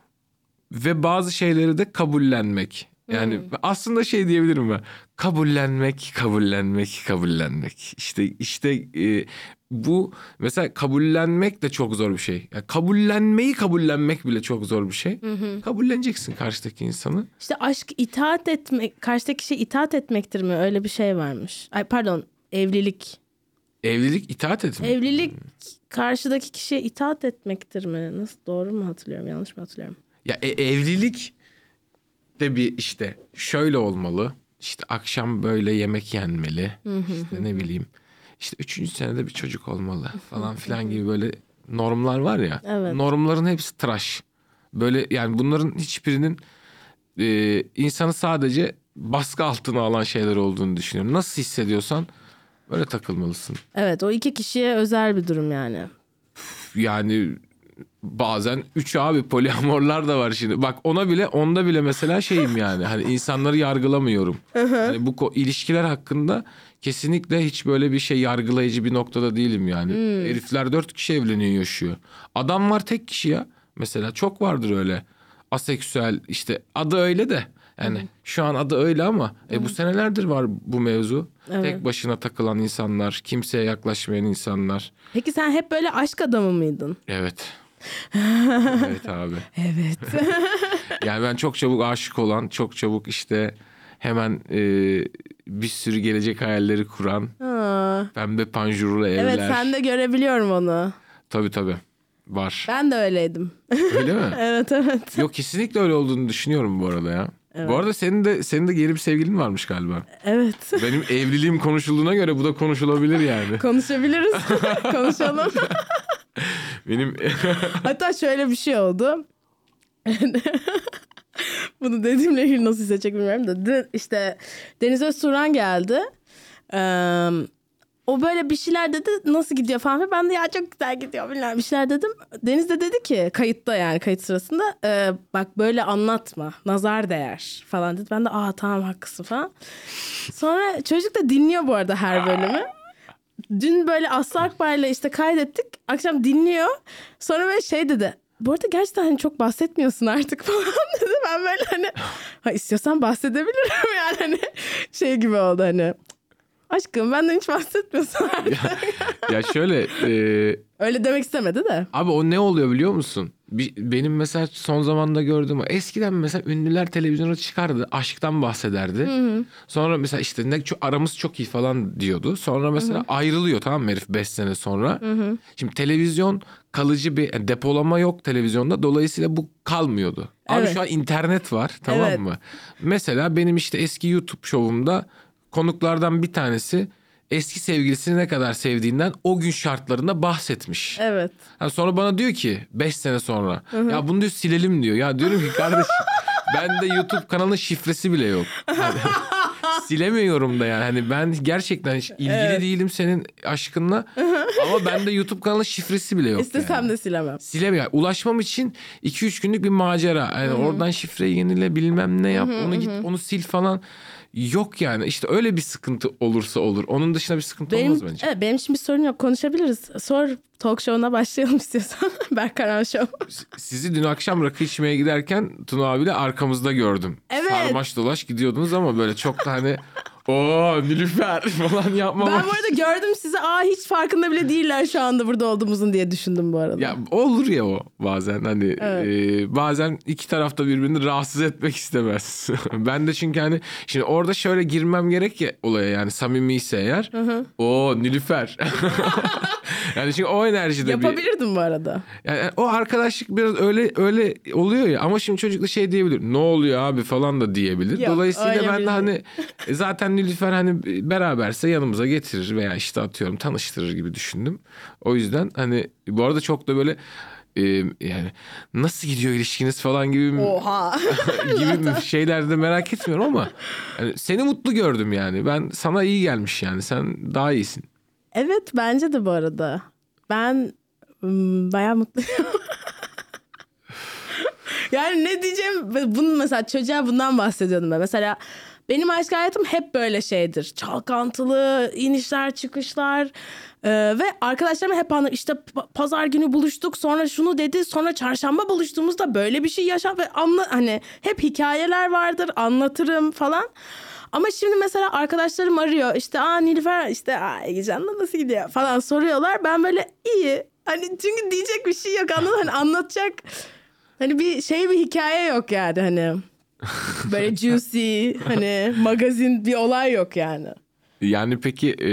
Ve bazı şeyleri de kabullenmek. Yani hmm. aslında şey diyebilirim ben. Kabullenmek, kabullenmek, kabullenmek. İşte işte e, bu mesela kabullenmek de çok zor bir şey. Yani kabullenmeyi kabullenmek bile çok zor bir şey. Hmm. Kabulleneceksin karşıdaki insanı. İşte aşk itaat etmek, karşıdaki şey itaat etmektir mi? Öyle bir şey varmış. Ay pardon, evlilik. Evlilik itaat etmek. Evlilik karşıdaki kişiye itaat etmektir mi? Nasıl, doğru mu hatırlıyorum, yanlış mı hatırlıyorum? Ya e, evlilik de bir işte şöyle olmalı. İşte akşam böyle yemek yenmeli. İşte ne bileyim. İşte üçüncü senede bir çocuk olmalı falan filan gibi böyle normlar var ya. Evet. Normların hepsi tıraş. Böyle yani bunların hiçbirinin e, insanı sadece baskı altına alan şeyler olduğunu düşünüyorum. Nasıl hissediyorsan öyle takılmalısın. Evet, o iki kişiye özel bir durum yani. Yani bazen üç abi, poliamorlar da var şimdi. Bak ona bile, onda bile mesela şeyim yani. Hani insanları yargılamıyorum. Hani bu ilişkiler hakkında kesinlikle hiç böyle bir şey yargılayıcı bir noktada değilim yani. Hmm. Herifler dört kişi evleniyor, yaşıyor. Adam var tek kişi ya. Mesela çok vardır öyle. Aseksüel, işte adı öyle de. Yani hmm. şu an adı öyle ama hmm. e, bu senelerdir var bu mevzu. Evet. Tek başına takılan insanlar, kimseye yaklaşmayan insanlar. Peki sen hep böyle aşk adamı mıydın? Evet. Evet abi. Evet. Yani ben çok çabuk aşık olan, çok çabuk işte hemen e, bir sürü gelecek hayalleri kuran, Aa. pembe panjurlu evler. Evet, sen de görebiliyorum onu. Tabii tabii. Var. Ben de öyleydim. Öyle mi? Evet evet. Yok, kesinlikle öyle olduğunu düşünüyorum bu arada ya. Evet. Bu arada senin de senin de yeni bir sevgilin varmış galiba. Evet. Benim evliliğim konuşulduğuna göre bu da konuşulabilir yani. Konuşabiliriz. Konuşalım. Benim hatta şöyle bir şey oldu. Bunu dediğimle ilgili nasıl hissedecek bilmiyorum da işte Deniz Özturan geldi. Ee, o böyle bir şeyler dedi, nasıl gidiyor falan. Ben de ya çok güzel gidiyor bilmem bir şeyler dedim. Deniz de dedi ki kayıtta, yani kayıt sırasında e, bak böyle anlatma, nazar değer falan dedi. Ben de aa tamam haklısın falan. Sonra çocuk da dinliyor bu arada her bölümü. Dün böyle Aslı Akbar'la işte kaydettik. Akşam dinliyor. Sonra böyle şey dedi. Bu arada gerçekten hani çok bahsetmiyorsun artık falan dedi. Ben böyle hani ha istiyorsan bahsedebilirim yani hani şey gibi oldu hani. Aşkım benden hiç bahsetmiyorsun artık. Ya, ya şöyle. E... Öyle demek istemedi de. Abi o ne oluyor biliyor musun? Bir, benim mesela son zamanda gördüğüm, eskiden mesela ünlüler televizyona çıkardı, aşktan bahsederdi. Hı hı. Sonra mesela işte ne çok, aramız çok iyi falan diyordu. Sonra mesela hı hı. ayrılıyor, tamam mı herif beş sene sonra. Hı hı. Şimdi televizyon kalıcı bir yani depolama yok televizyonda, dolayısıyla bu kalmıyordu. Abi evet. Şu an internet var, tamam evet. mı? Mesela benim işte eski YouTube şovumda konuklardan bir tanesi eski sevgilisini ne kadar sevdiğinden o gün şartlarında bahsetmiş. Evet. Yani sonra bana diyor ki beş sene sonra hı hı. ya bunu diyor silelim diyor. Ya diyorum ki kardeşim bende YouTube kanalının şifresi bile yok. Yani, silemiyorum da yani. Hani ben gerçekten hiç ilgili evet. değilim senin aşkınla ama bende YouTube kanalı şifresi bile yok. İstesem yani. de silemem. Silemiyorum. Ulaşmam için iki üç günlük bir macera. Yani oradan şifreyi yenile, bilmem ne yap, hı hı, onu git, hı. onu sil falan. Yok yani işte öyle bir sıkıntı olursa olur. Onun dışında bir sıkıntı benim, olmaz bence. Evet, benim için bir sorun yok, konuşabiliriz. Sor, talk show'una başlayalım istiyorsan. Berkaran Show. Sizi dün akşam rakı içmeye giderken Tuna abiyle arkamızda gördüm. Evet. Sarmaş dolaş gidiyordunuz ama böyle çok da hani ooo Nilüfer falan yapmamak. Ben bu arada gördüm sizi, aa hiç farkında bile değiller şu anda burada olduğumuzun diye düşündüm bu arada. Ya olur ya o bazen hani evet. e, bazen iki tarafta birbirini rahatsız etmek istemez. Ben de çünkü hani şimdi orada şöyle girmem gerek ya olaya, yani samimiyse eğer. O Nilüfer. Yani çünkü o enerjide yapabilirdim bir, bu arada. Yani o arkadaşlık biraz öyle öyle oluyor ya, ama şimdi çocuk da şey diyebilir. Ne oluyor abi falan da diyebilir. Yok, dolayısıyla ben de hani zaten Nilüfer hani beraberse yanımıza getirir veya işte atıyorum tanıştırır gibi düşündüm. O yüzden hani bu arada çok da böyle e, yani nasıl gidiyor ilişkiniz falan gibi Oha. gibi şeyler de merak etmiyorum ama hani seni mutlu gördüm yani. Ben sana iyi gelmiş yani. Sen daha iyisin. Evet bence de bu arada. Ben ım, bayağı mutluyum. Yani ne diyeceğim? Bunu mesela çocuğa bundan bahsediyordum ben. Mesela benim aşk hayatım hep böyle şeydir. Çalkantılı, inişler, çıkışlar. Ee, ve arkadaşlarıma hep anladım. İşte pazar günü buluştuk, sonra şunu dedi, sonra çarşamba buluştuğumuzda böyle bir şey yaşa ve anla hani hep hikayeler vardır, anlatırım falan. Ama şimdi mesela arkadaşlarım arıyor. İşte aa Nilüfer işte aa Egecan'la nasıl gidiyor falan soruyorlar. Ben böyle iyi. Hani çünkü diyecek bir şey yok, anladın? Hani anlatacak hani bir şey, bir hikaye yok yani hani. Böyle juicy hani magazin bir olay yok yani. Yani peki e,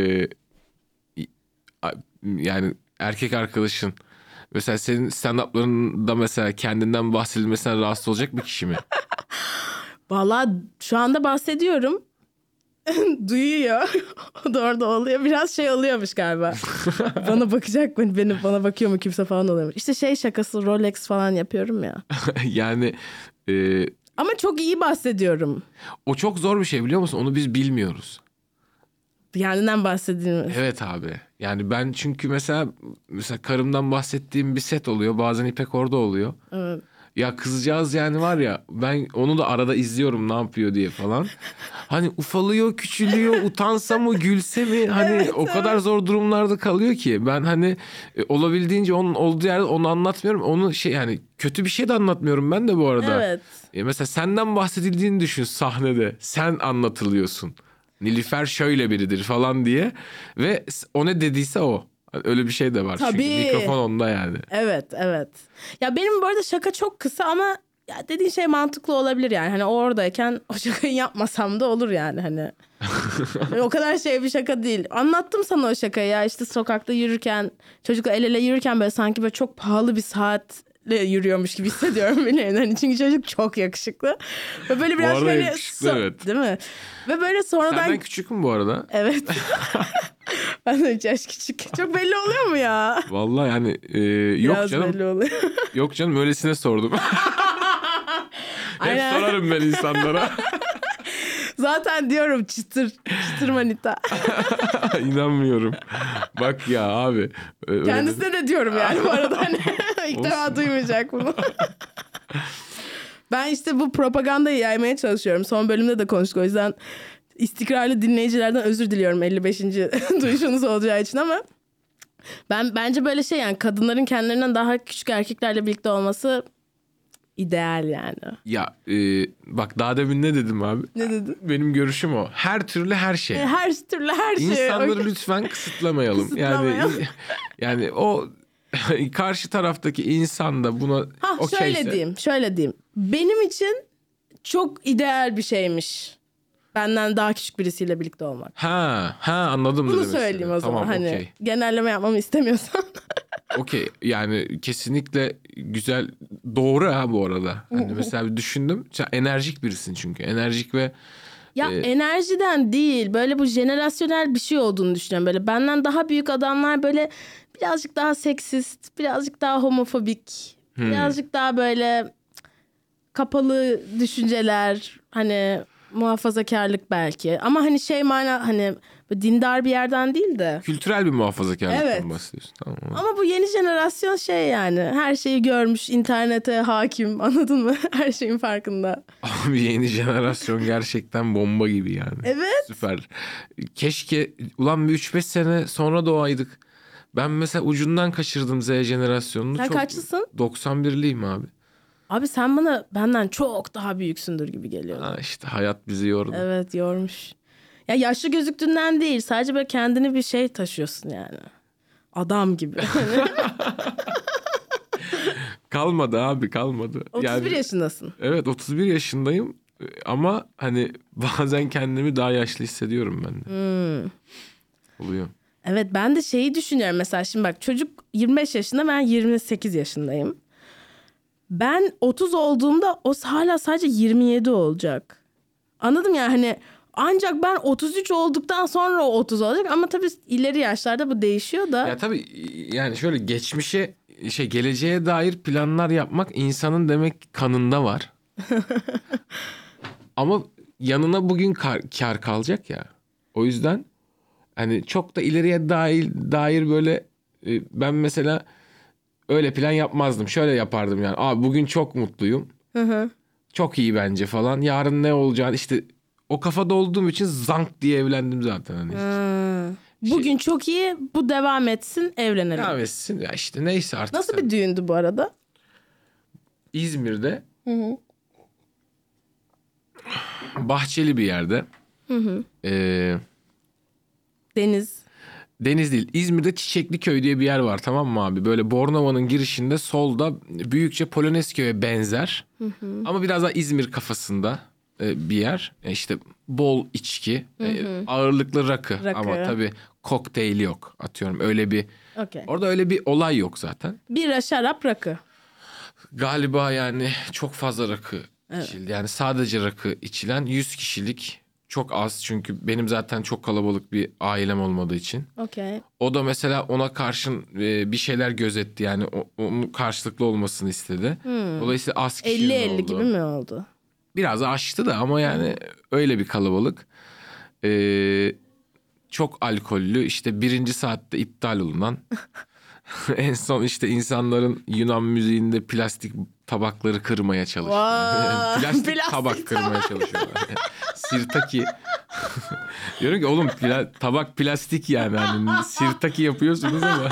yani erkek arkadaşın mesela senin stand-up'larında mesela kendinden bahsedilmesine rahatsız olacak bir kişi mi? Vallahi şu anda bahsediyorum. Duyuyor. O da orada oluyor. Biraz şey oluyormuş galiba. Bana bakacak mı? Benim, bana bakıyor mu kimse falan oluyormuş. İşte şey şakası, Rolex falan yapıyorum ya. Yani e, ama çok iyi bahsediyorum. O çok zor bir şey biliyor musun? Onu biz bilmiyoruz. Kendinden bahsedilmez. Evet abi. Yani ben çünkü mesela mesela karımdan bahsettiğim bir set oluyor. Bazen İpek orada oluyor. Evet. Ya kızcağız yani var ya, ben onu da arada izliyorum ne yapıyor diye falan. Hani ufalıyor, küçülüyor, utansa mı, gülse mi? Hani evet, o evet. kadar zor durumlarda kalıyor ki. Ben hani e, olabildiğince onun olduğu yerde onu anlatmıyorum. Onu şey yani kötü bir şey de anlatmıyorum ben de bu arada. Evet. E, mesela senden bahsedildiğini düşün sahnede. Sen anlatılıyorsun. Nilüfer şöyle biridir falan diye. Ve o ne dediyse o. Öyle bir şey de var. Tabii. Çünkü mikrofon onda yani. Evet, evet. Ya benim bu arada şaka çok kısa ama ya dediğin şey mantıklı olabilir yani. Hani oradayken o şakayı yapmasam da olur yani hani. O kadar şey bir şaka değil. Anlattım sana o şakayı ya. İşte sokakta yürürken, çocukla el ele yürürken böyle sanki böyle çok pahalı bir saatle yürüyormuş gibi hissediyorum bile. Hani çünkü çocuk çok yakışıklı. Ve böyle biraz bu arada böyle yakışıklı so- evet. Değil mi? Ve böyle sonradan... Senden küçük mü bu arada? Evet. Ben de üç yaş küçük. Çok belli oluyor mu ya? Vallahi yani e, yok Biraz canım. belli oluyor. Yok canım, öylesine sordum. Hep Aynen. sorarım ben insanlara. Zaten diyorum çıtır, çıtır manita. İnanmıyorum. Bak ya abi. Öyle... Kendisine de diyorum yani bu arada. Hani ilk defa duymayacak bunu. Ben işte bu propagandayı yaymaya çalışıyorum. Son bölümde de konuştuk, o yüzden istikrarlı dinleyicilerden özür diliyorum elli beşinci duyuşunuz olacağı için ama ben bence böyle şey yani kadınların kendilerinden daha küçük erkeklerle birlikte olması ideal yani. Ya e, bak daha demin ne dedim abi? Ne dedin? Benim görüşüm o. Her türlü her şey. Her türlü her şey. İnsanları Okay. lütfen kısıtlamayalım. Kısıtlamayalım. Yani yani o karşı taraftaki insan da buna Ha okeyse. şöyle diyeyim, şöyle diyeyim. Benim için çok ideal bir şeymiş. Benden daha küçük birisiyle birlikte olmak. Ha, ha anladım. Bunu demek söyleyeyim istediğini. o zaman. Tamam, Hani okey. genelleme yapmamı istemiyorsan. Okey, yani kesinlikle güzel, doğru ha bu arada. Hani mesela bir düşündüm. Sen enerjik birisin çünkü. Enerjik ve Ya e, enerjiden değil, böyle bu jenerasyonel bir şey olduğunu düşünüyorum. Böyle benden daha büyük adamlar böyle birazcık daha seksist, birazcık daha homofobik, Hmm. birazcık daha böyle kapalı düşünceler, hani muhafazakarlık belki. Ama hani şey mana hani dindar bir yerden değil de. kültürel bir muhafazakarlıktan Evet. bahsediyorsun. Tamam. Ama bu yeni jenerasyon şey yani her şeyi görmüş, internete hakim, anladın mı? Her şeyin farkında. Abi yeni jenerasyon gerçekten bomba gibi yani. Evet. Süper. Keşke ulan bir üç beş sene sonra doğaydık. Ben mesela ucundan kaçırdım Z jenerasyonunu. Sen Çok... kaçlısın? doksan birliyim abi. Abi sen bana benden çok daha büyüksündür gibi geliyor. Ha işte hayat bizi yordu. Evet, yormuş. Ya yaşlı gözüktüğünden değil, sadece böyle kendini bir şey taşıyorsun yani. Adam gibi. Kalmadı abi, kalmadı. otuz bir Yani, yaşındasın. evet, otuz bir yaşındayım ama hani bazen kendimi daha yaşlı hissediyorum ben de. Hmm. Oluyor. Evet, ben de şeyi düşünüyorum mesela, şimdi bak çocuk yirmi beş yaşında, ben yirmi sekiz yaşındayım. Ben otuz olduğumda o hala sadece yirmi yedi olacak. Anladım ya, hani Ancak ben otuz üç olduktan sonra o otuz olacak ama tabii ileri yaşlarda bu değişiyor da. Ya tabii yani şöyle geçmişe şey geleceğe dair planlar yapmak insanın demek kanında var. Ama yanına bugün kar, kar kalacak ya. O yüzden hani çok da ileriye dair, dair böyle e, ben mesela öyle plan yapmazdım. Şöyle yapardım yani. Abi bugün çok mutluyum. Hı hı. Çok iyi bence falan. Yarın ne olacağını işte o kafada olduğum için zank diye evlendim zaten. Hani. Hmm. Bugün çok iyi, bu devam etsin, evlenelim. Devam etsin. Ya işte neyse artık. Nasıl sen. bir düğündü bu arada? İzmir'de. Hı hı. Bahçeli bir yerde. Hı hı. Ee, Deniz. Deniz değil. İzmir'de Çiçekliköy diye bir yer var, tamam mı abi? Böyle Bornova'nın girişinde solda büyükçe Polonezköy'e benzer. Hı hı. Ama biraz daha İzmir kafasında e, bir yer. E işte bol içki, hı hı. E, ağırlıklı rakı. Rakı. Ama tabii kokteyl yok, atıyorum. Öyle bir Okay. orada öyle bir olay yok zaten. Bira, şarap, rakı. Galiba yani çok fazla rakı Evet. içildi. Yani sadece rakı içilen yüz kişilik çok az. Çünkü benim zaten çok kalabalık bir ailem olmadığı için. Okay. O da mesela ona karşın e, bir şeyler gözetti. Yani o, onun karşılıklı olmasını istedi. Hmm. Dolayısıyla az kişinin elli elli oldu. gibi mi oldu? Biraz aştı da ama yani hmm. öyle bir kalabalık. Ee, çok alkollü, işte birinci saatte iptal olunan. En son işte insanların Yunan müziğinde plastik tabakları kırmaya çalışıyor. plastik, plastik tabak tab- kırmaya çalışıyorlar. Sirtaki. Diyorum ki oğlum pla- tabak plastik yani. Hani sirtaki yapıyorsunuz ama.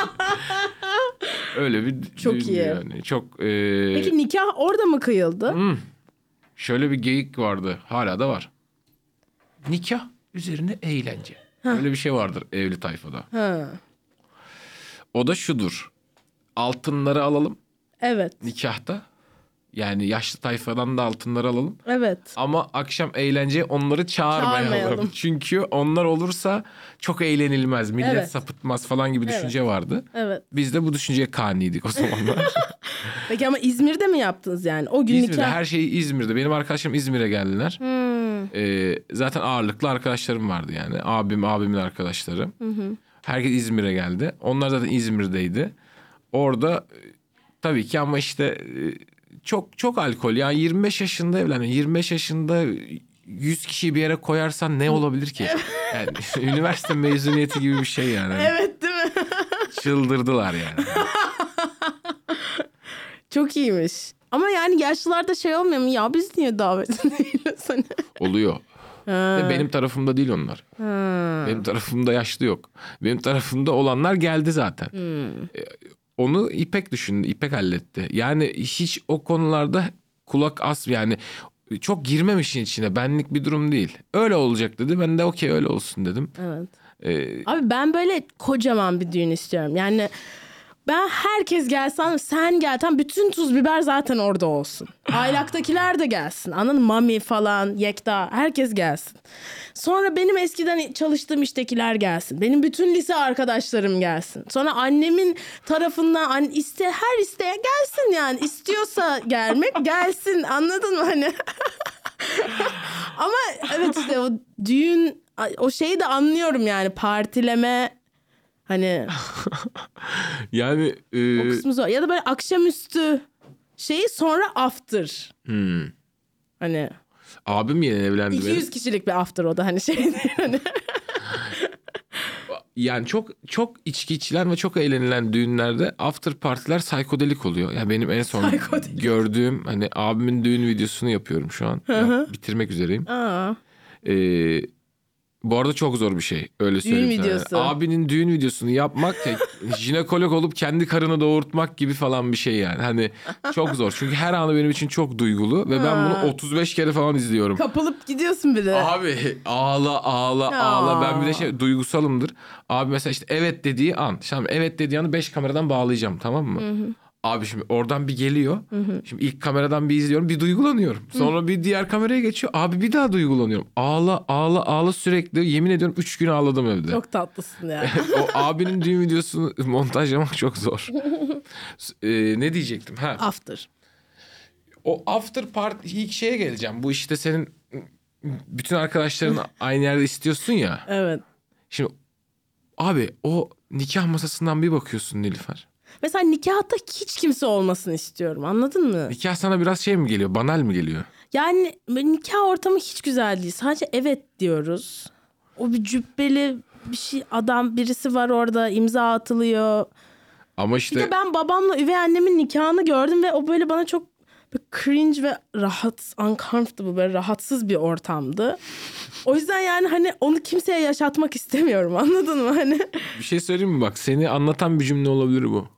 Öyle bir çok iyi. Yani. Çok, e... Peki nikah orada mı kıyıldı? Hmm. Şöyle bir geyik vardı. Hala da var. Nikah üzerine eğlence. Ha. Öyle bir şey vardır evli tayfada. Ha. O da şudur. Altınları alalım. Evet. Nikahta. Yani yaşlı tayfadan da altınları alalım. Evet. Ama akşam eğlenceye onları çağırmayalım. Çağırmayalım. Çünkü onlar olursa çok eğlenilmez. Millet evet. sapıtmaz falan gibi düşünce evet. vardı. Evet. Biz de bu düşünceye kaniydik o zamanlar. Peki ama İzmir'de mi yaptınız yani? O gün İzmir'de nikah... her şey İzmir'de. Benim arkadaşlarım İzmir'e geldiler. Hmm. Ee, zaten ağırlıklı arkadaşlarım vardı yani. Abim, abimin arkadaşları. Hı hı. Herkes İzmir'e geldi. Onlar zaten İzmir'deydi. Orada tabii ki ama işte çok çok alkol. Yani yirmi beş yaşında evleniyor. yirmi beş yaşında yüz kişiyi bir yere koyarsan ne olabilir ki? Yani üniversite mezuniyeti gibi bir şey yani. Evet değil mi? Çıldırdılar yani. Çok iyiymiş. Ama yani yaşlılarda şey olmuyor mu? Ya biz niye davet değiliz? Hani? Oluyor. Ha. Ve benim tarafımda değil onlar. Ha. Benim tarafımda yaşlı yok. Benim tarafımda olanlar geldi zaten. Hmm. Onu İpek düşündü. İpek halletti. Yani hiç o konularda kulak as yani çok girmemişin içine. Benlik bir durum değil. Öyle olacak dedi. Ben de okey öyle olsun dedim. Evet. Ee, Abi ben böyle kocaman bir düğün istiyorum. Yani ben herkes gelsin, sen gel. Tam bütün tuz biber zaten orada olsun. Aylaktakiler de gelsin. Anladın mı? Mami falan, Yekta, herkes gelsin. Sonra benim eskiden çalıştığım iştekiler gelsin. Benim bütün lise arkadaşlarım gelsin. Sonra annemin tarafından an, iste, her isteyen gelsin yani. İstiyorsa gelmek gelsin. Anladın mı hani? Ama evet işte o düğün, o şeyi de anlıyorum yani, partileme. Hani yani e... o kısmı zor. Ya da böyle akşamüstü şeyi sonra after. Hmm. Hani abim yeni evlendi. iki yüz benim. Kişilik bir after o da hani şey değil hani. Yani çok çok içki içilen ve çok eğlenilen düğünlerde after partiler psikodelik oluyor. Yani benim en son gördüğüm hani abimin düğün videosunu yapıyorum şu an. Ya, bitirmek üzereyim. Aa. Ee, Bu arada çok zor bir şey. Öyle söyleyeyim düğün videosu. Sana. Abinin düğün videosunu yapmak jinekolog olup kendi karını doğurtmak gibi falan bir şey yani. Hani çok zor. Çünkü her anı benim için çok duygulu ve ben bunu otuz beş kere falan izliyorum. Kapılıp gidiyorsun bir de. Abi ağla ağla Aa. ağla. Ben bir de şey duygusalımdır. Abi mesela işte evet dediği an. Şimdi evet dediği anı beş kameradan bağlayacağım, tamam mı? Hı hı. Abi şimdi oradan bir geliyor. Hı hı. Şimdi ilk kameradan bir izliyorum, bir duygulanıyorum. Sonra hı. bir diğer kameraya geçiyor. Abi bir daha duygulanıyorum. Ağla ağla ağla sürekli. Yemin ediyorum üç gün ağladım evde. Çok tatlısın ya. O abinin düğün videosunu montajlamak çok zor. ee, ne diyecektim? Ha. After. O after party ilk şeye geleceğim. Bu işte senin bütün arkadaşların aynı yerde istiyorsun ya. Evet. Şimdi abi o nikah masasından bir bakıyorsun Nilüfer. Mesela nikahta hiç kimse olmasını istiyorum, anladın mı? Nikah sana biraz şey mi geliyor, banal mi geliyor? Yani nikah ortamı hiç güzel değil. Sadece evet diyoruz. O bir cübbeli bir şey, adam birisi var orada, imza atılıyor. Ama işte... Bir de ben babamla üvey annemin nikahını gördüm ve o böyle bana çok böyle cringe ve rahat, uncomfortable, böyle rahatsız bir ortamdı. O yüzden yani hani onu kimseye yaşatmak istemiyorum, anladın mı? Hani... Bir şey söyleyeyim mi bak, seni anlatan bir cümle olabilir bu.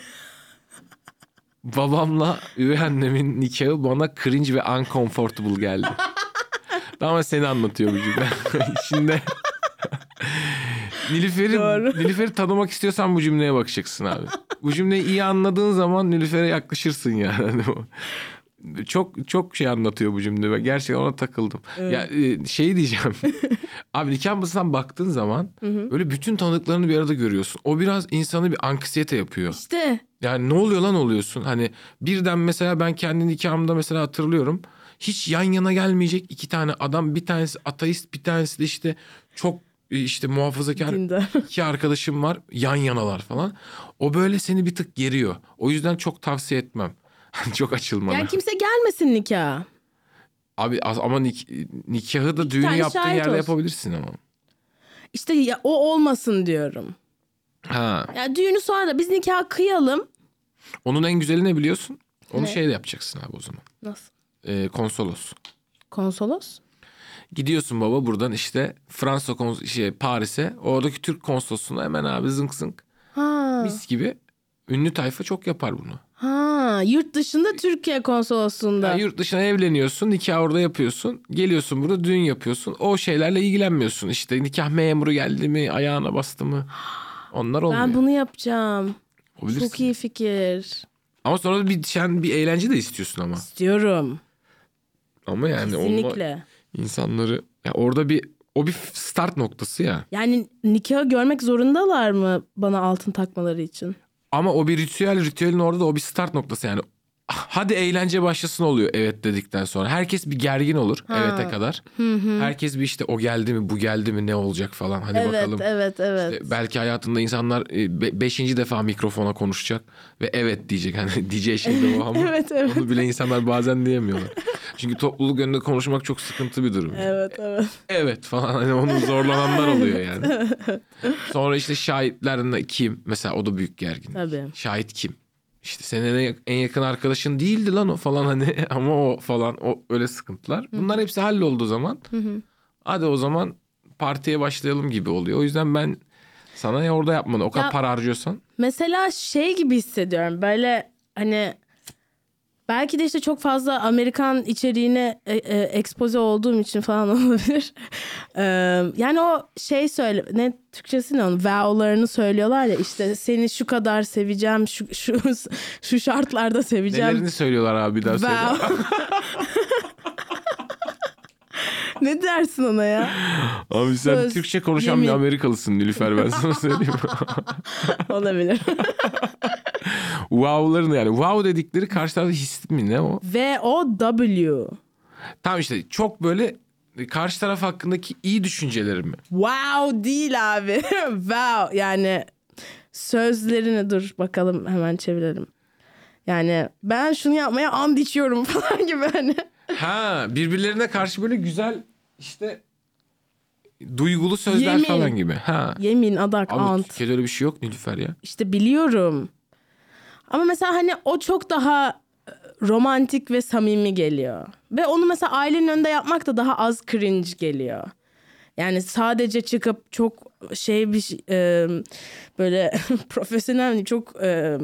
Babamla üvey annemin nikahı bana cringe ve uncomfortable geldi. Ama seni anlatıyor bu cümle. Şimdi Nilüfer'i, Nilüfer'i tanımak istiyorsan bu cümleye bakacaksın abi. Bu cümleyi iyi anladığın zaman Nilüfer'e yaklaşırsın yani. Çok çok şey anlatıyor bu cümle. Ben gerçekten ona takıldım. Evet. Ya şey diyeceğim. Abi nikah masasından baktığın zaman hı hı. böyle bütün tanıdıklarını bir arada görüyorsun. O biraz insanı bir anksiyete yapıyor. İşte. Yani ne oluyor lan oluyorsun. Hani birden mesela ben kendi nikahımda mesela hatırlıyorum. Hiç yan yana gelmeyecek iki tane adam. Bir tanesi ateist, bir tanesi de işte çok işte muhafazakar Dindar. iki arkadaşım var. Yan yanalar falan. O böyle seni bir tık geriyor. O yüzden çok tavsiye etmem. Çok açılmalı. Yani kimse gelmesin nikaha. Abi ama nik- nikahı da düğünü yaptığın yerde olsun. Yapabilirsin ama. İşte ya, o olmasın diyorum. Ha. Ya düğünü sonra da biz nikah kıyalım. Onun en güzeli ne biliyorsun? Onu ne? Şeyle yapacaksın abi o zaman. Nasıl? Ee, konsolos. Konsolos? Gidiyorsun baba buradan işte Fransa kons- şey Paris'e. Oradaki Türk konsolosluğuna hemen abi zınk zınk. Ha. Mis gibi. Ünlü tayfa çok yapar bunu. Ha, yurt dışında Türkiye konsolosluğunda. Yani yurt dışına evleniyorsun, nikah orada yapıyorsun. Geliyorsun burada düğün yapıyorsun. O şeylerle ilgilenmiyorsun. İşte nikah memuru geldi mi, ayağına bastı mı? Onlar olmuyor. Ben bunu yapacağım. Olabilirsin. Çok iyi fikir. Ama sonra da bir sen bir eğlence de istiyorsun ama. İstiyorum. Ama yani kesinlikle. İnsanları ya orada bir o bir start noktası ya. Yani nikahı görmek zorundalar mı bana altın takmaları için? Ama o bir ritüel, ritüelin orada da o bir start noktası yani. Hadi eğlence başlasın oluyor evet dedikten sonra. Herkes bir gergin olur ha. evete kadar. Hı hı. Herkes bir işte o geldi mi bu geldi mi ne olacak falan. Hadi evet, bakalım. Evet evet işte belki hayatında insanlar be- beşinci defa mikrofona konuşacak ve evet diyecek. Hani diyeceği şey de o ama evet, evet. onu bile insanlar bazen diyemiyorlar. Çünkü topluluk önünde konuşmak çok sıkıntı bir durum. Evet evet. Evet falan hani onu zorlananlar oluyor yani. Sonra işte şahitlerinde kim? Mesela o da büyük gergin. Tabii. Şahit kim? İşte senin en yakın arkadaşın değildi lan o falan hani ama o falan o öyle sıkıntılar. Bunlar hepsi hallolduğu zaman hı hı. hadi o zaman partiye başlayalım gibi oluyor. O yüzden ben sana ya orada yapmadım. O kadar ya, para harcıyorsan. Mesela şey gibi hissediyorum böyle hani belki de işte çok fazla Amerikan içeriğine e, e, ekspoze olduğum için falan olabilir. Ee, yani o şey söyle ne Türkçesi ne onun vow'larını söylüyorlar ya işte seni şu kadar seveceğim şu şu şu şartlarda seveceğim. Nelerini söylüyorlar abi bir daha wow. söyle. Ne dersin ona ya? Abi sen Söz, Türkçe konuşan yemin. Bir Amerikalısın Nilüfer ben sana söyleyeyim. Olabilir. Wow'ların yani wow dedikleri karşı tarafta his mi ne o? V O W. Tamam işte çok böyle karşı taraf hakkındaki iyi düşünceleri mi? Wow değil abi. Wow yani sözlerini dur bakalım hemen çevirelim. Yani ben şunu yapmaya and içiyorum falan gibi hani. Ha birbirlerine karşı böyle güzel işte duygulu sözler Yemin. Falan gibi. Ha. Yemin, adak, abi, ant. Türkiye'de öyle bir şey yok Nilüfer ya. İşte biliyorum. Ama mesela hani o çok daha romantik ve samimi geliyor. Ve onu mesela ailenin önünde yapmak da daha az cringe geliyor. Yani sadece çıkıp çok şey bir şey, e, böyle profesyonel çok e,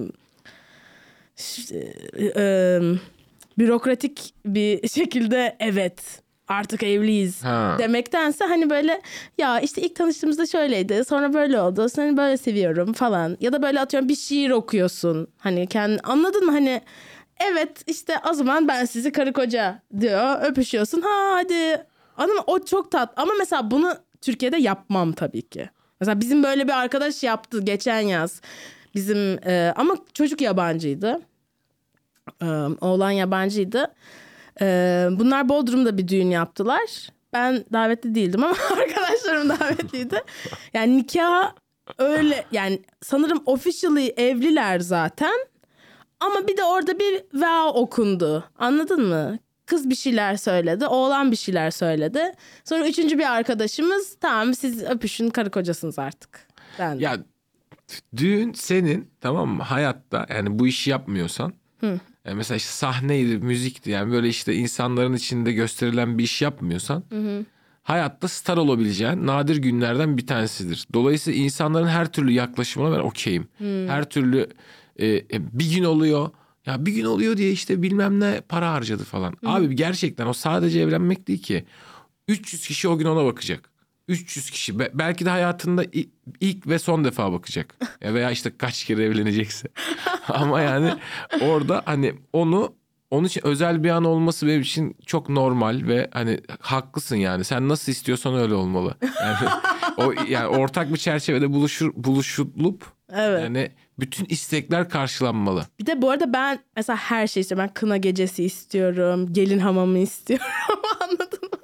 e, bürokratik bir şekilde evet artık evliyiz ha. demektense hani böyle ya işte ilk tanıştığımızda şöyleydi sonra böyle oldu seni böyle seviyorum falan ya da böyle atıyorum bir şiir okuyorsun hani kendi anladın mı hani evet işte o zaman ben sizi karı koca diyor öpüşüyorsun ha hadi anladın mı o çok tat ama mesela bunu Türkiye'de yapmam tabii ki mesela bizim böyle bir arkadaş yaptı geçen yaz bizim e, ama çocuk yabancıydı e, oğlan yabancıydı. Ee, bunlar Bodrum'da bir düğün yaptılar. ben davetli değildim ama arkadaşlarım davetliydi. Yani nikah öyle yani sanırım officially evliler zaten. Ama bir de orada bir vow okundu. Anladın mı? Kız bir şeyler söyledi, oğlan bir şeyler söyledi. Sonra üçüncü bir arkadaşımız tamam siz öpüşün karı kocasınız artık. Ben de. Ya düğün senin tamam mı hayatta yani bu işi yapmıyorsan. Hı. Yani mesela işte sahneydi, müzikti yani böyle işte insanların içinde gösterilen bir iş yapmıyorsan. Hı hı. Hayatta star olabileceğin nadir günlerden bir tanesidir. Dolayısıyla insanların her türlü yaklaşımına ben okeyim. Hmm. Her türlü e, bir gün oluyor. Ya bir gün oluyor diye işte bilmem ne para harcadı falan. Hmm. Abi gerçekten o sadece evlenmek değil ki. üç yüz kişi o gün ona bakacak. üç yüz kişi belki de hayatında ilk ve son defa bakacak. Ya veya işte kaç kere evlenecekse. Ama yani orada hani onu onun için özel bir an olması benim için çok normal ve hani haklısın yani. Sen nasıl istiyorsan öyle olmalı. Yani o yani ortak bir çerçevede buluşur buluşulup evet. Yani bütün istekler karşılanmalı. Bir de bu arada ben mesela her şey istiyorum. Ben kına gecesi istiyorum, gelin hamamı istiyorum. Anladın mı?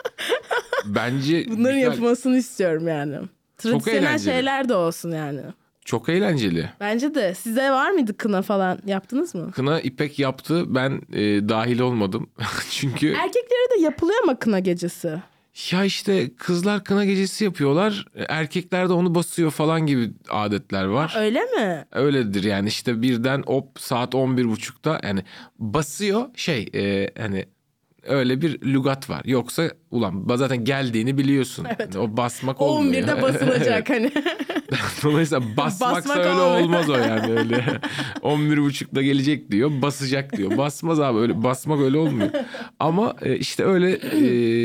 Bence bunların güzel. Yapılmasını istiyorum yani. Tradisyonel şeyler de olsun yani. Çok eğlenceli. Bence de. Size var mıydı kına falan? Yaptınız mı? Kına İpek yaptı. Ben e, dahil olmadım. Çünkü... Erkeklere de yapılıyor ama kına gecesi. Ya işte kızlar kına gecesi yapıyorlar. Erkekler de onu basıyor falan gibi adetler var. Ha, öyle mi? Öyledir yani işte birden hop saat on bir buçukta yani basıyor şey e, hani... Öyle bir lügat var. Yoksa ulan zaten geldiğini biliyorsun. Evet. Yani o basmak olmuyor. on birde basılacak hani. Dolayısıyla basmaksa basmak öyle olmuyor. Olmaz o yani öyle. on bir buçukta gelecek diyor, basacak diyor. Basmaz abi öyle basmak öyle olmuyor. Ama işte öyle e,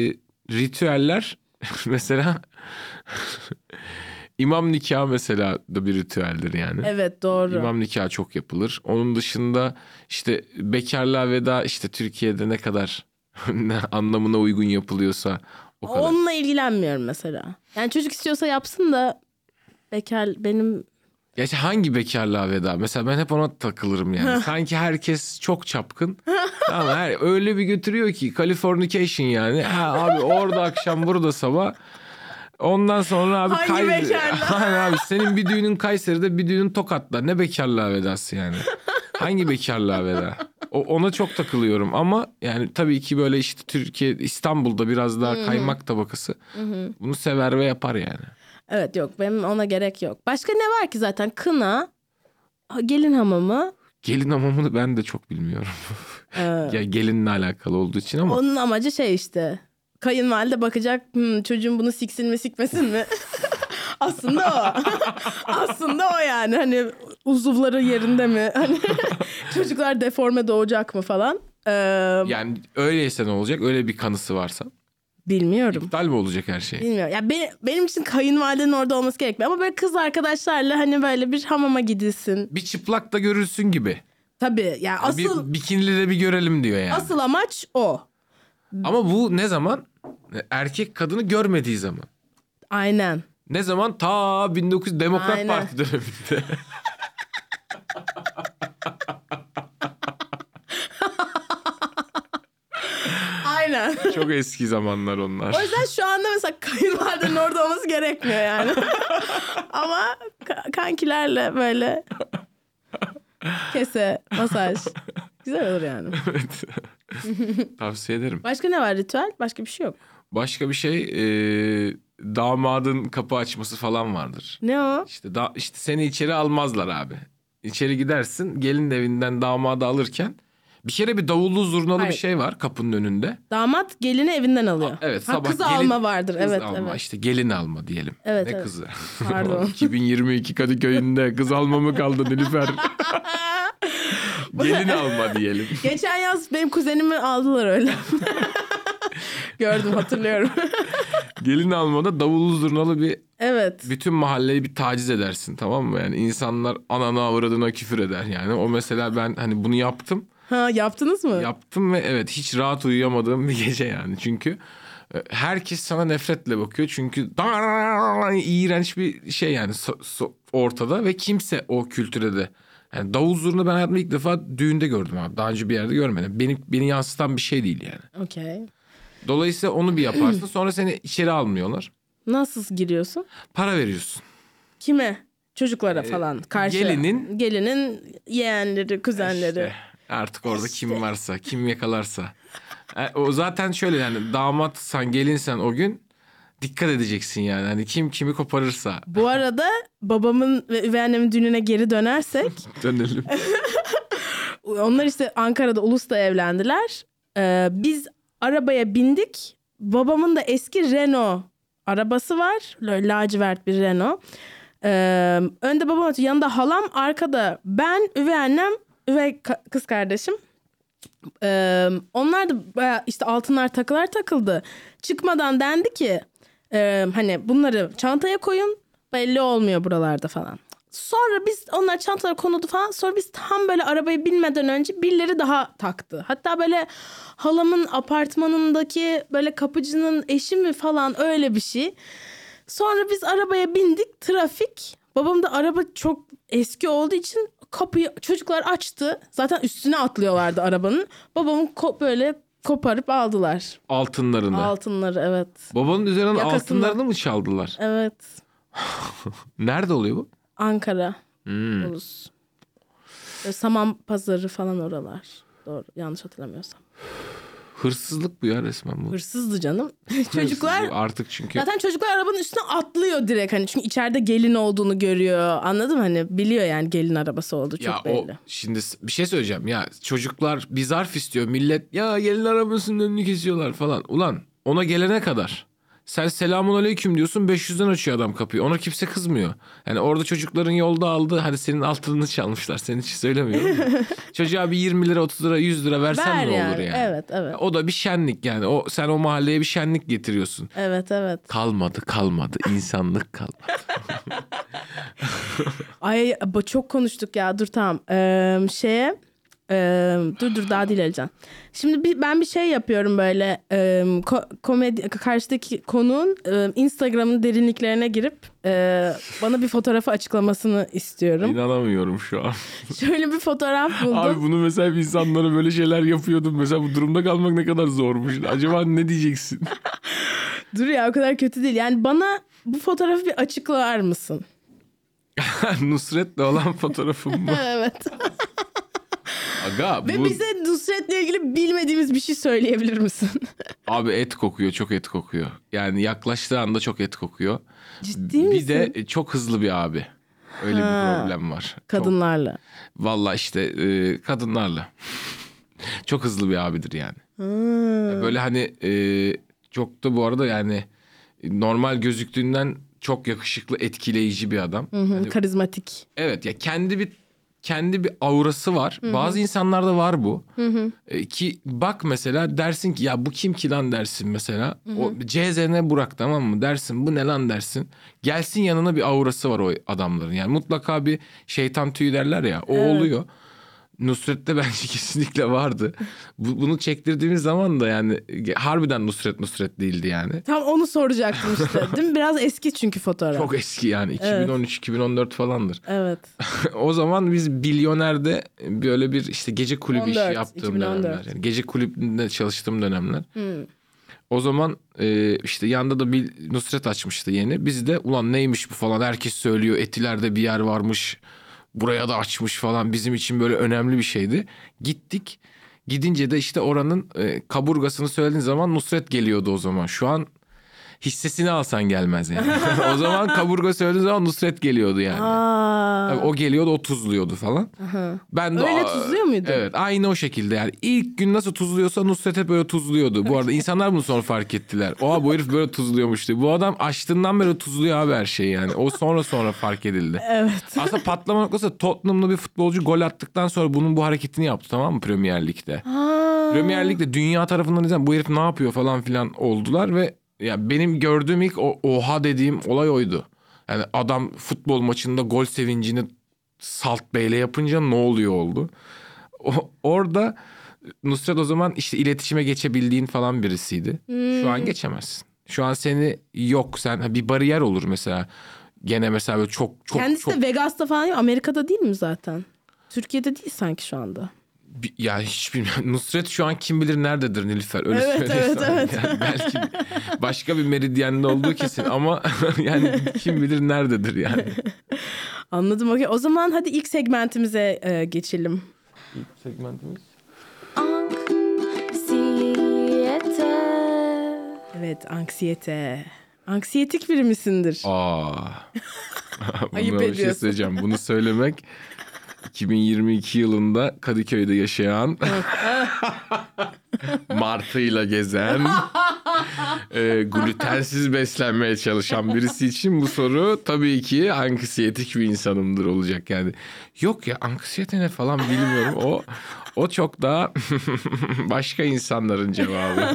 ritüeller mesela imam nikahı mesela da bir ritüeldir yani. Evet doğru. İmam nikahı çok yapılır. Onun dışında işte bekarlığa veda işte Türkiye'de ne kadar anlamına uygun yapılıyorsa o kadar. Onunla ilgilenmiyorum mesela. Yani çocuk istiyorsa yapsın da bekar benim... Gerçi hangi bekarlığa veda? Mesela ben hep ona takılırım yani. Sanki herkes çok çapkın. Tamam, her, öyle bir götürüyor ki Californication yani. Ha, abi orada akşam burada sabah. Ondan sonra abi hangi Kay... bekarlığa? abi senin bir düğünün Kayseri'de bir düğünün Tokat'ta. Ne bekarlığa vedası yani? Hangi bekarlığa veda? O, ona çok takılıyorum ama yani tabii ki böyle işte Türkiye İstanbul'da biraz daha kaymak tabakası. Hı-hı. Bunu sever ve yapar yani. Evet yok benim ona gerek yok. Başka ne var ki zaten kına, gelin hamamı. Gelin hamamını ben de çok bilmiyorum. Evet. Ya gelinle alakalı olduğu için ama. Onun amacı şey işte kayınvalide bakacak hmm, çocuğun bunu siksin mi sikmesin mi? Aslında o. Aslında o yani hani uzuvları yerinde mi? Hani çocuklar deforme doğacak mı falan. Ee, yani öyleyse ne olacak? Öyle bir kanısı varsa. Bilmiyorum. İptal mi olacak her şey? Bilmiyorum. Ya benim, benim için kayınvalidenin orada olması gerekmiyor. Ama böyle kız arkadaşlarla hani böyle bir hamama gidilsin. Bir çıplak da görülsün gibi. Tabii. Yani yani asıl... Bir bikinili de bir görelim diyor yani. Asıl amaç o. Ama bu ne zaman? Erkek kadını görmediği zaman. Aynen. Ne zaman? Ta bin dokuz yüz Demokrat Aynen. Parti döneminde. Aynen. Çok eski zamanlar onlar. O yüzden şu anda mesela kayınvalidenin orada olması gerekmiyor yani. Ama kankilerle böyle kese, masaj. Güzel olur yani. Evet. Tavsiye ederim. Başka ne var ritüel? Başka bir şey yok. Başka bir şey e, damadın kapı açması falan vardır. Ne o? İşte, da, işte seni içeri almazlar abi. İçeri gidersin gelin evinden damadı alırken bir kere bir davullu zurnalı Hayır. bir şey var kapının önünde. Damat gelini evinden alıyor. A, evet. Ha, sabah kız gelin, alma vardır. Kız evet, alma evet. işte gelin alma diyelim. Evet, ne evet. kızı? Pardon. iki bin yirmi iki Kadıköy'ünde kız alma mı kaldı Nilüfer? Gelin alma diyelim. Geçen yaz benim kuzenimi aldılar öyle. Gördüm hatırlıyorum. Gelin almada davullu zurnalı bir evet. bütün mahalleyi bir taciz edersin tamam mı? Yani insanlar anana avradına küfür eder yani. O mesela ben hani bunu yaptım. Ha yaptınız mı? Yaptım ve evet hiç rahat uyuyamadığım bir gece yani. Çünkü herkes sana nefretle bakıyor. Çünkü iğrenç bir şey yani so- so- ortada ve kimse o kültüre de. Yani davul zurna ben hayatımda ilk defa düğünde gördüm abi. Daha önce bir yerde görmedim. Beni, beni yansıtan bir şey değil yani. Okey. Dolayısıyla onu bir yaparsın. Sonra seni içeri almıyorlar. Nasıl giriyorsun? Para veriyorsun. Kime? Çocuklara falan. Karşı. Gelinin. Gelinin yeğenleri, kuzenleri. İşte artık orada işte. Kim varsa, kim yakalarsa. Yani o zaten şöyle yani damatsan, gelinsen o gün dikkat edeceksin yani. Hani kim kimi koparırsa. Bu arada babamın ve üvey annemin düğününe geri dönersek. Dönelim. Onlar işte Ankara'da Ulus'ta evlendiler. Ee, biz arabaya bindik. Babamın da eski Renault arabası var. Lacivert bir Renault. Ee, önde babam atıyor. Yanında halam, arkada ben, üvey annem, üvey kız kardeşim. Ee, onlar da bayağı işte altınlar, takılar takıldı. Çıkmadan dendi ki e, hani bunları çantaya koyun, belli olmuyor buralarda falan. Sonra biz onlar çantalara konuldu falan. Sonra biz tam böyle arabaya binmeden önce birileri daha taktı. Hatta böyle halamın apartmanındaki böyle kapıcının eşi mi falan, öyle bir şey. Sonra biz arabaya bindik, trafik. Babam da araba çok eski olduğu için kapıyı çocuklar açtı. Zaten üstüne atlıyorlardı arabanın. Babamın ko- böyle koparıp aldılar. Altınlarını. Altınları, evet. Babanın üzerinden Yakasından. Altınlarını mı çaldılar? Evet. Nerede oluyor bu? Ankara. Hmm. Ulus. Saman Pazarı falan oralar. Doğru, yanlış hatırlamıyorsam. Hırsızlık bu ya resmen bu. Hırsızdı canım. Çocuklar Hırsızlık artık çünkü. Zaten çocuklar arabanın üstüne atlıyor direkt, hani çünkü içeride gelin olduğunu görüyor. Anladın mı? Hani biliyor yani gelin arabası olduğu çok Ya belli. o şimdi bir şey söyleyeceğim ya, çocuklar bir zarf istiyor, millet ya gelin arabasının önünü kesiyorlar falan. Ulan ona gelene kadar sen selamun aleyküm diyorsun, beş yüzden açıyor adam kapıyı. Ona kimse kızmıyor. Yani orada çocukların yolda aldığı, hani senin altınını çalmışlar. Senin için söylemiyorum. Çocuğa bir yirmi lira, otuz lira, yüz lira versen Ver ne yani. olur yani. Evet, evet. O da bir şenlik yani. O sen o mahalleye bir şenlik getiriyorsun. Evet, evet. Kalmadı, kalmadı. İnsanlık kalmadı. Ay bu çok konuştuk ya. Dur tamam. Ee, şeye Ee, dur dur daha değil Alican. Şimdi bir, ben bir şey yapıyorum böyle e, ko- komedi karşıdaki konuğun e, Instagram'ın derinliklerine girip e, bana bir fotoğrafı açıklamasını istiyorum. İnanamıyorum şu an. Şöyle bir fotoğraf buldum. Abi bunu mesela bir insanlara böyle şeyler yapıyordum. Mesela bu durumda kalmak ne kadar zormuş. Acaba ne diyeceksin? Dur ya, o kadar kötü değil. Yani bana bu fotoğrafı bir açıklar mısın? Nusret'le olan fotoğrafım mı? Evet. Aga, Ve bu... bize Nusret'le ilgili bilmediğimiz bir şey söyleyebilir misin? Abi et kokuyor, çok et kokuyor. Yani yaklaştığı anda çok et kokuyor. Ciddi bir misin? Bir de çok hızlı bir abi. Öyle ha, bir problem var. Kadınlarla. Çok... Vallahi işte e, kadınlarla. Çok hızlı bir abidir yani. Ha. Böyle hani e, çok da bu arada yani normal gözüktüğünden çok yakışıklı, etkileyici bir adam. Hı hı, hani, karizmatik. Evet ya, kendi bir kendi bir aurası var. Hı hı. Bazı insanlarda var bu. Hı hı. E, ki bak mesela dersin ki ya bu kim ki lan dersin mesela. Hı hı. O C Z N Burak, tamam mı? Dersin bu ne lan dersin. Gelsin yanına bir aurası var o adamların. Yani mutlaka bir şeytan tüyü derler ya. O evet. oluyor. Nusret'te bence kesinlikle vardı. Bu, bunu çektirdiğimiz zaman da yani harbiden Nusret Nusret değildi yani. Tam onu soracaktım işte. Değil mi? Biraz eski çünkü fotoğraf. Çok eski yani. iki bin on üç iki bin on dört falandır. Evet. O zaman biz Bilyoner'de böyle bir işte gece kulübü on dört, işi yaptığım iki bin on dört dönemler. Yani gece kulübünde çalıştığım dönemler. Hmm. O zaman e, işte yanda da bir Nusret açmıştı yeni. Biz de ulan neymiş bu falan, herkes söylüyor. Etiler'de bir yer varmış. Buraya da açmış falan, bizim için böyle önemli bir şeydi. Gittik. Gidince de işte oranın e, kaburgasını söylediğin zaman Nusret geliyordu o zaman. Şu an hissesini alsan gelmez yani. O zaman kaburga söylediğin zaman Nusret geliyordu yani. Tabii o geliyordu, o tuzluyordu falan. Aha. Ben de öyle o, tuzluyor muydu? Evet, aynı o şekilde yani. İlk gün nasıl tuzluyorsa Nusret hep öyle tuzluyordu. Bu arada insanlar bunu sonra fark ettiler. Oha, bu herif böyle tuzluyormuştu. Bu adam açtığından beri tuzluyor abi her şeyi yani. O sonra sonra fark edildi. Evet. Aslında patlama noktası Tottenham'lı bir futbolcu gol attıktan sonra bunun bu hareketini yaptı, tamam mı, Premier Lig'de. Ha. Premier Lig'de dünya tarafından izleyen bu herif ne yapıyor falan filan oldular ve ya benim gördüğüm ilk o, oha dediğim olay oydu. Yani adam futbol maçında gol sevincini Salt Bey'le yapınca ne oluyor oldu. O, orada Nusret o zaman işte iletişime geçebildiğin falan birisiydi. Hmm. Şu an geçemezsin. Şu an seni yok, sen bir bariyer olur mesela. Gene mesela böyle çok çok kendisi çok... de Vegas'ta falan, Amerika'da değil mi zaten? Türkiye'de değil sanki şu anda. Bir- Ya hiç bilmiyorum. Nusret şu an kim bilir nerededir Nilüfer. Öyle Evet, söyleyeyim evet, sana. evet. Yani belki başka bir meridyende olduğu kesin ama yani kim bilir nerededir yani. Anladım, okey. O zaman hadi ilk segmentimize e, geçelim. İlk segmentimiz. Anksiyete. Evet, anksiyete. Anksiyetik biri misindir? Aa. Ayıp Buna bir şey ediyorsun. söyleyeceğim. Bunu söylemek iki bin yirmi iki yılında Kadıköy'de yaşayan martıyla gezen e, glutensiz beslenmeye çalışan birisi için bu soru tabii ki anksiyetik bir insanımdır olacak yani. Yok ya, anksiyete ne falan bilmiyorum. O o çok daha başka insanların cevabı.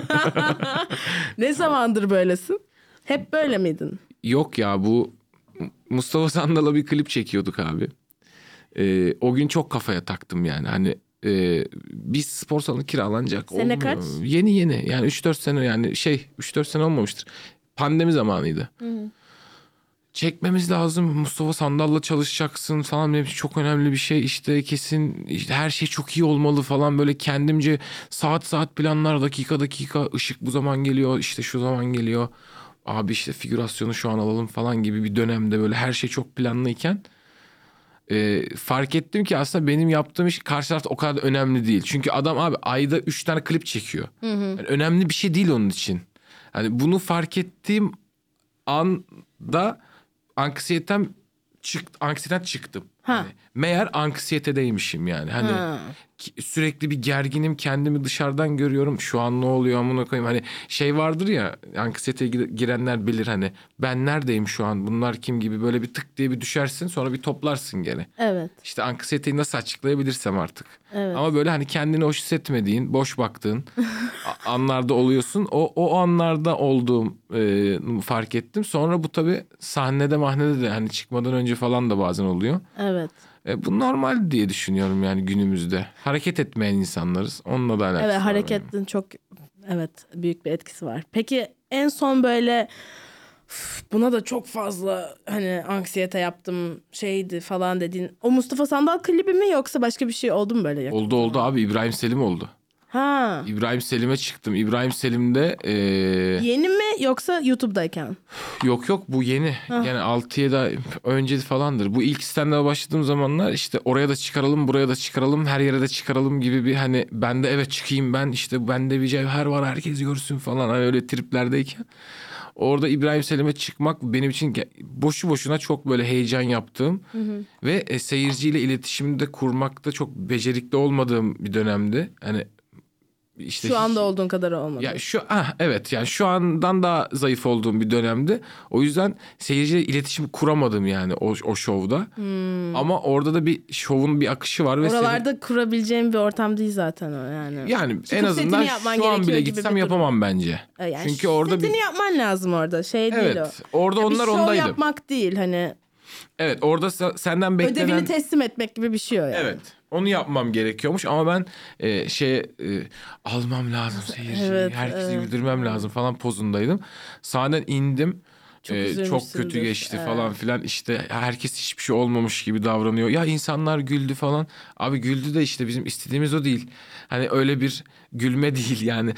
Ne zamandır böylesin? Hep böyle miydin? Yok ya, bu Mustafa Sandal'a bir klip çekiyorduk abi. Ee, o gün çok kafaya taktım yani. Hani e, bir spor salonu kiralanacak. Sene Olmuyor. kaç? Yeni yeni yani üç dört sene, yani şey üç dört sene olmamıştır. Pandemi zamanıydı. Hı hı. Çekmemiz lazım. Mustafa Sandal'la çalışacaksın falan. Benim için çok önemli bir şey. İşte kesin işte her şey çok iyi olmalı falan. Böyle kendimce saat saat planlar, dakika dakika, ışık bu zaman geliyor, işte şu zaman geliyor. Abi işte figürasyonu şu an alalım falan gibi bir dönemde böyle her şey çok planlıyken e, fark ettim ki aslında benim yaptığım iş karşı tarafta o kadar da önemli değil. Çünkü adam abi ayda üç tane klip çekiyor. Hı hı. Yani önemli bir şey değil onun için. Yani bunu fark ettiğim anda anksiyetem çıktı, anksiyeten çıktım. Ha. Hani meğer anksiyetedeymişim yani. Hani Ha. ki- sürekli bir gerginim, kendimi dışarıdan görüyorum. Şu an ne oluyor amına koyayım? Hani şey vardır ya, anksiyeteye gir- girenler bilir hani, ben neredeyim şu an, bunlar kim gibi böyle bir tık diye bir düşersin, sonra bir toplarsın gene. Evet. İşte anksiyeteyi nasıl açıklayabilirsem artık. Evet. Ama böyle hani kendini hoş hissetmediğin, boş baktığın a- anlarda oluyorsun. O o anlarda olduğum e, fark ettim. Sonra bu tabii sahnede mahnede de hani çıkmadan önce falan da bazen oluyor. Evet. E, bu normal diye düşünüyorum yani günümüzde. Hareket etmeyen insanlarız. Onunla da alakası Evet, var hareketin çok evet büyük bir etkisi var. Peki en son böyle "Üf, buna da çok fazla hani anksiyete yaptım şeydi falan" dediğin o Mustafa Sandal klibi mi yoksa başka bir şey oldu mu böyle benim. yakın? Oldu oldu abi, İbrahim Selim oldu. Ha. İbrahim Selim'e çıktım. İbrahim Selim'de e, Yeni mi yoksa YouTube'dayken? yok yok, bu yeni. Yani altı yedi ay önce falandır. Bu ilk stand-up'a başladığım zamanlar işte oraya da çıkaralım, buraya da çıkaralım, her yere de çıkaralım gibi bir hani, ben de evet çıkayım, ben işte bende bir cevher var, herkes görsün falan, hani öyle triplerdeyken. Orada İbrahim Selim'e çıkmak benim için ge- boşu boşuna çok böyle heyecan yaptığım ve e, seyirciyle iletişimde kurmakta çok becerikli olmadığım bir dönemdi. Hani işte Şu hiç- anda olduğun kadar olmadı. ya şu ah evet, yani şu andan daha zayıf olduğum bir dönemdi. O yüzden seyirciyle iletişim kuramadım yani o, o şovda. Ama orada da bir şovun bir akışı var ve senin- Oralarda kurabileceğim bir ortam değil zaten o yani. yani en Çıkıp azından setini yapman şu an gerekiyor bile gibi gitsem bir yapamam bence. E yani Çünkü orada setini bir yapman lazım orada. Şey değil o. evet, orada Ya bir onlar şov ondaydı. yapmak değil hani Evet, orada se- senden beklenen ödevini teslim etmek gibi bir şey o yani. evet, onu yapmam gerekiyormuş ama ben e, şey e, almam lazım seyirciyi, Evet, herkesi evet. güldürmem lazım falan pozundaydım. Sahneden indim. Çok Ee, çok üzülmüşsündür. kötü geçti Evet. falan filan, işte herkes hiçbir şey olmamış gibi davranıyor. Ya insanlar güldü falan. Abi güldü de işte bizim istediğimiz o değil. Hani öyle bir gülme değil yani.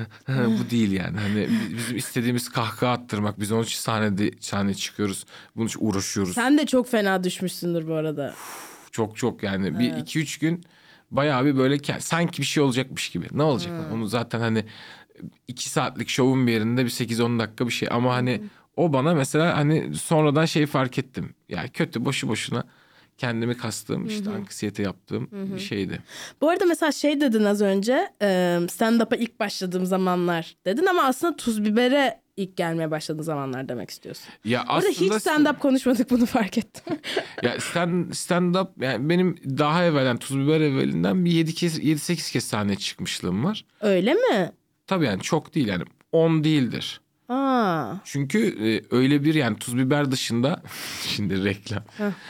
Bu değil yani. Hani bizim istediğimiz kahkaha attırmak. Biz onun için sahnede sahneye çıkıyoruz. Bunun için uğraşıyoruz. Sen de çok fena düşmüşsündür bu arada. Çok çok yani bir iki üç gün bayağı bir böyle ke- sanki bir şey olacakmış gibi. Ne olacak lan? Onu zaten hani iki saatlik şovun bir yerinde bir sekiz on dakika bir şey. Ama hani o bana mesela hani sonradan şey fark ettim. Ya kötü, boşu boşuna kendimi kastığım, işte anksiyete yaptığım bir şeydi. Bu arada mesela şey dedin az önce, e, stand-up'a ilk başladığım zamanlar dedin ama aslında tuz bibere ilk gelmeye başladığı zamanlar demek istiyorsun. Ya Orada hiç aslında stand-up konuşmadık, bunu fark ettim. ya stand, stand up yani benim daha evvelen Tuz Biber evvelinden bir yedi kez yedi sekiz kez sahneye çıkmışlığım var. Öyle mi? Tabii yani çok değil, yani on değildir. Aa. Çünkü e, öyle bir yani Tuz Biber dışında şimdi reklam.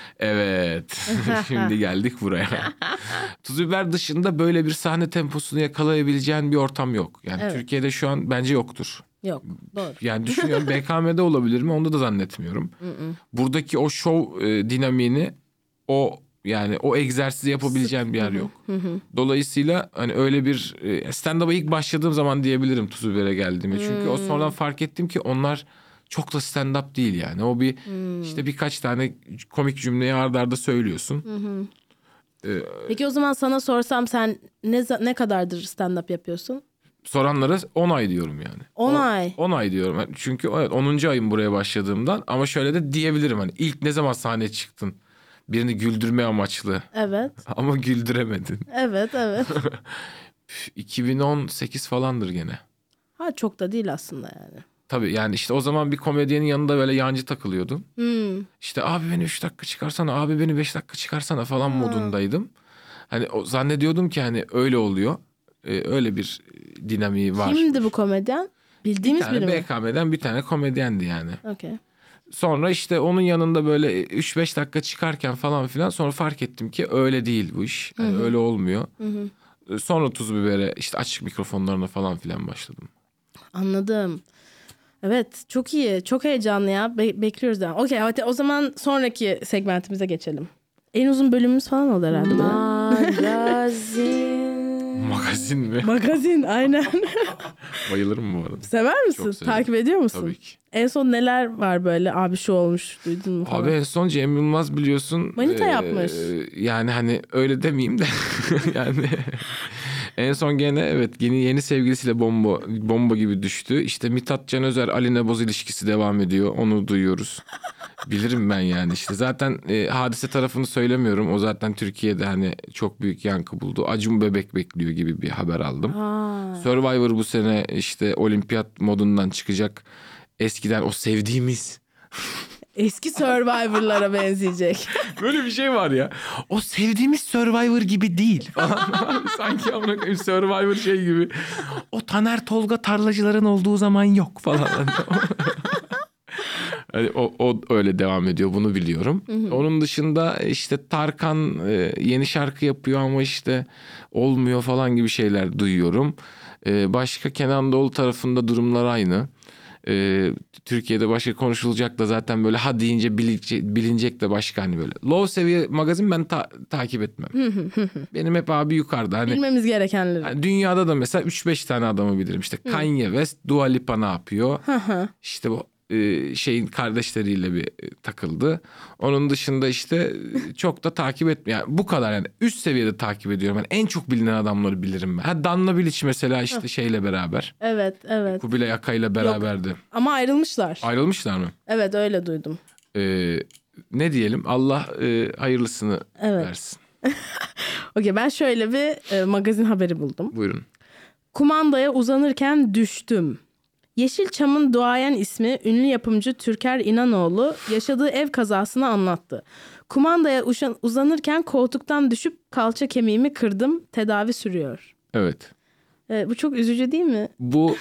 Evet. Şimdi geldik buraya. Tuz Biber dışında böyle bir sahne temposunu yakalayabileceğin bir ortam yok. Yani Evet. Türkiye'de şu an bence yoktur. Yok, doğru. Yani düşünüyorum B K M'de olabilir mi? Onu da zannetmiyorum. Buradaki o şov e, dinamiğini o Yani o egzersizi yapabileceğim bir yer yok. Dolayısıyla hani öyle bir e, stand-up'a ilk başladığım zaman diyebilirim Tuz Biber'e geldiğimi. Çünkü o sonradan fark ettim ki onlar çok da stand-up değil yani. O bir işte birkaç tane komik cümleyi arda arda söylüyorsun. Ee, Peki o zaman sana sorsam sen ne za- ne kadardır stand-up yapıyorsun? Soranlara on ay diyorum yani. on O- ay. on ay diyorum. Yani çünkü evet onuncu ayım buraya başladığımdan, ama şöyle de diyebilirim hani ilk ne zaman sahneye çıktın? Birini güldürme amaçlı. Evet. Ama güldüremedin. Evet, evet. iki bin on sekiz falandır gene. Ha çok da değil aslında yani. Tabii yani işte o zaman bir komedyenin yanında böyle yancı takılıyordum. Hmm. İşte abi beni üç dakika çıkarsana, abi beni beş dakika çıkarsana falan modundaydım. Hani o, zannediyordum ki hani öyle oluyor. Ee, öyle bir dinamiği var. Kimdi bu komedyen? Bir Bildiğimiz tane biri mi? B K M'den bir tane komedyendi yani. Okey. Sonra işte onun yanında böyle üç beş dakika çıkarken falan filan sonra fark ettim ki öyle değil bu iş. Yani öyle olmuyor. Sonra Tuz Biber'e işte açık mikrofonlarına falan filan başladım. Anladım. Evet, çok iyi. Çok heyecanlı ya. Be- bekliyoruz yani. Okey, hadi o zaman sonraki segmentimize geçelim. En uzun bölümümüz falan oldu herhalde. bu. Magazin. Magazin mi? Magazin, aynen. Bayılırım bu arada. Sever misin? Çok severim. Takip ediyor musun? Tabii ki. En son neler var böyle? Abi şu olmuş, duydun mu falan? Abi en son Cem Yılmaz biliyorsun. Manita yapmış. Yani hani öyle demeyeyim de yani en son gene evet yeni yeni sevgilisiyle bomba bomba gibi düştü. İşte Mithat Canözer Ali Neboz ilişkisi devam ediyor. Onu duyuyoruz. Bilirim ben yani işte zaten e, Hadise tarafını söylemiyorum. O zaten Türkiye'de hani çok büyük yankı buldu. Acun bebek bekliyor gibi bir haber aldım. Aa, Survivor bu sene işte olimpiyat modundan çıkacak. Eskiden o sevdiğimiz eski Survivor'lara benzeyecek. böyle bir şey var ya. O sevdiğimiz Survivor gibi değil falan. Sanki amına koyayım Survivor şey gibi. O Taner Tolga tarlacıların olduğu zaman yok falan. Hani o, o öyle devam ediyor, bunu biliyorum. Onun dışında işte Tarkan e, yeni şarkı yapıyor ama işte olmuyor falan gibi şeyler duyuyorum. E, başka Kenan Doğulu tarafında durumlar aynı. E, Türkiye'de başka konuşulacak da zaten böyle ha deyince bilinecek, bilinecek de başka hani böyle. Low seviye magazin ben ta- takip etmem. Benim hep abi yukarıda. Hani, Bilmemiz gerekenleri. hani dünyada da mesela üç beş tane adamı bilirim. İşte Kanye West, Dua Lipa ne yapıyor? İşte bu e, şeyin kardeşleriyle bir e, takıldı. Onun dışında işte e, çok da takip etmiyor. Yani bu kadar yani üst seviyede takip ediyorum. Yani en çok bilinen adamları bilirim ben. Ha Danla Bilic mesela işte şeyle beraber. Evet, evet. Kubilay Akay'la beraberdi. Ama ayrılmışlar. Ayrılmışlar mı? Evet, öyle duydum. Ee, ne diyelim? Allah e, hayırlısını Evet. versin. Okey, ben şöyle bir e, magazin haberi buldum. Buyurun. Kumandaya uzanırken düştüm. Yeşilçam'ın duayen ismi ünlü yapımcı Türker İnanoğlu yaşadığı ev kazasını anlattı. Kumandaya uşan- uzanırken koltuktan düşüp kalça kemiğimi kırdım. Tedavi sürüyor. Evet. E, bu çok üzücü değil mi? Bu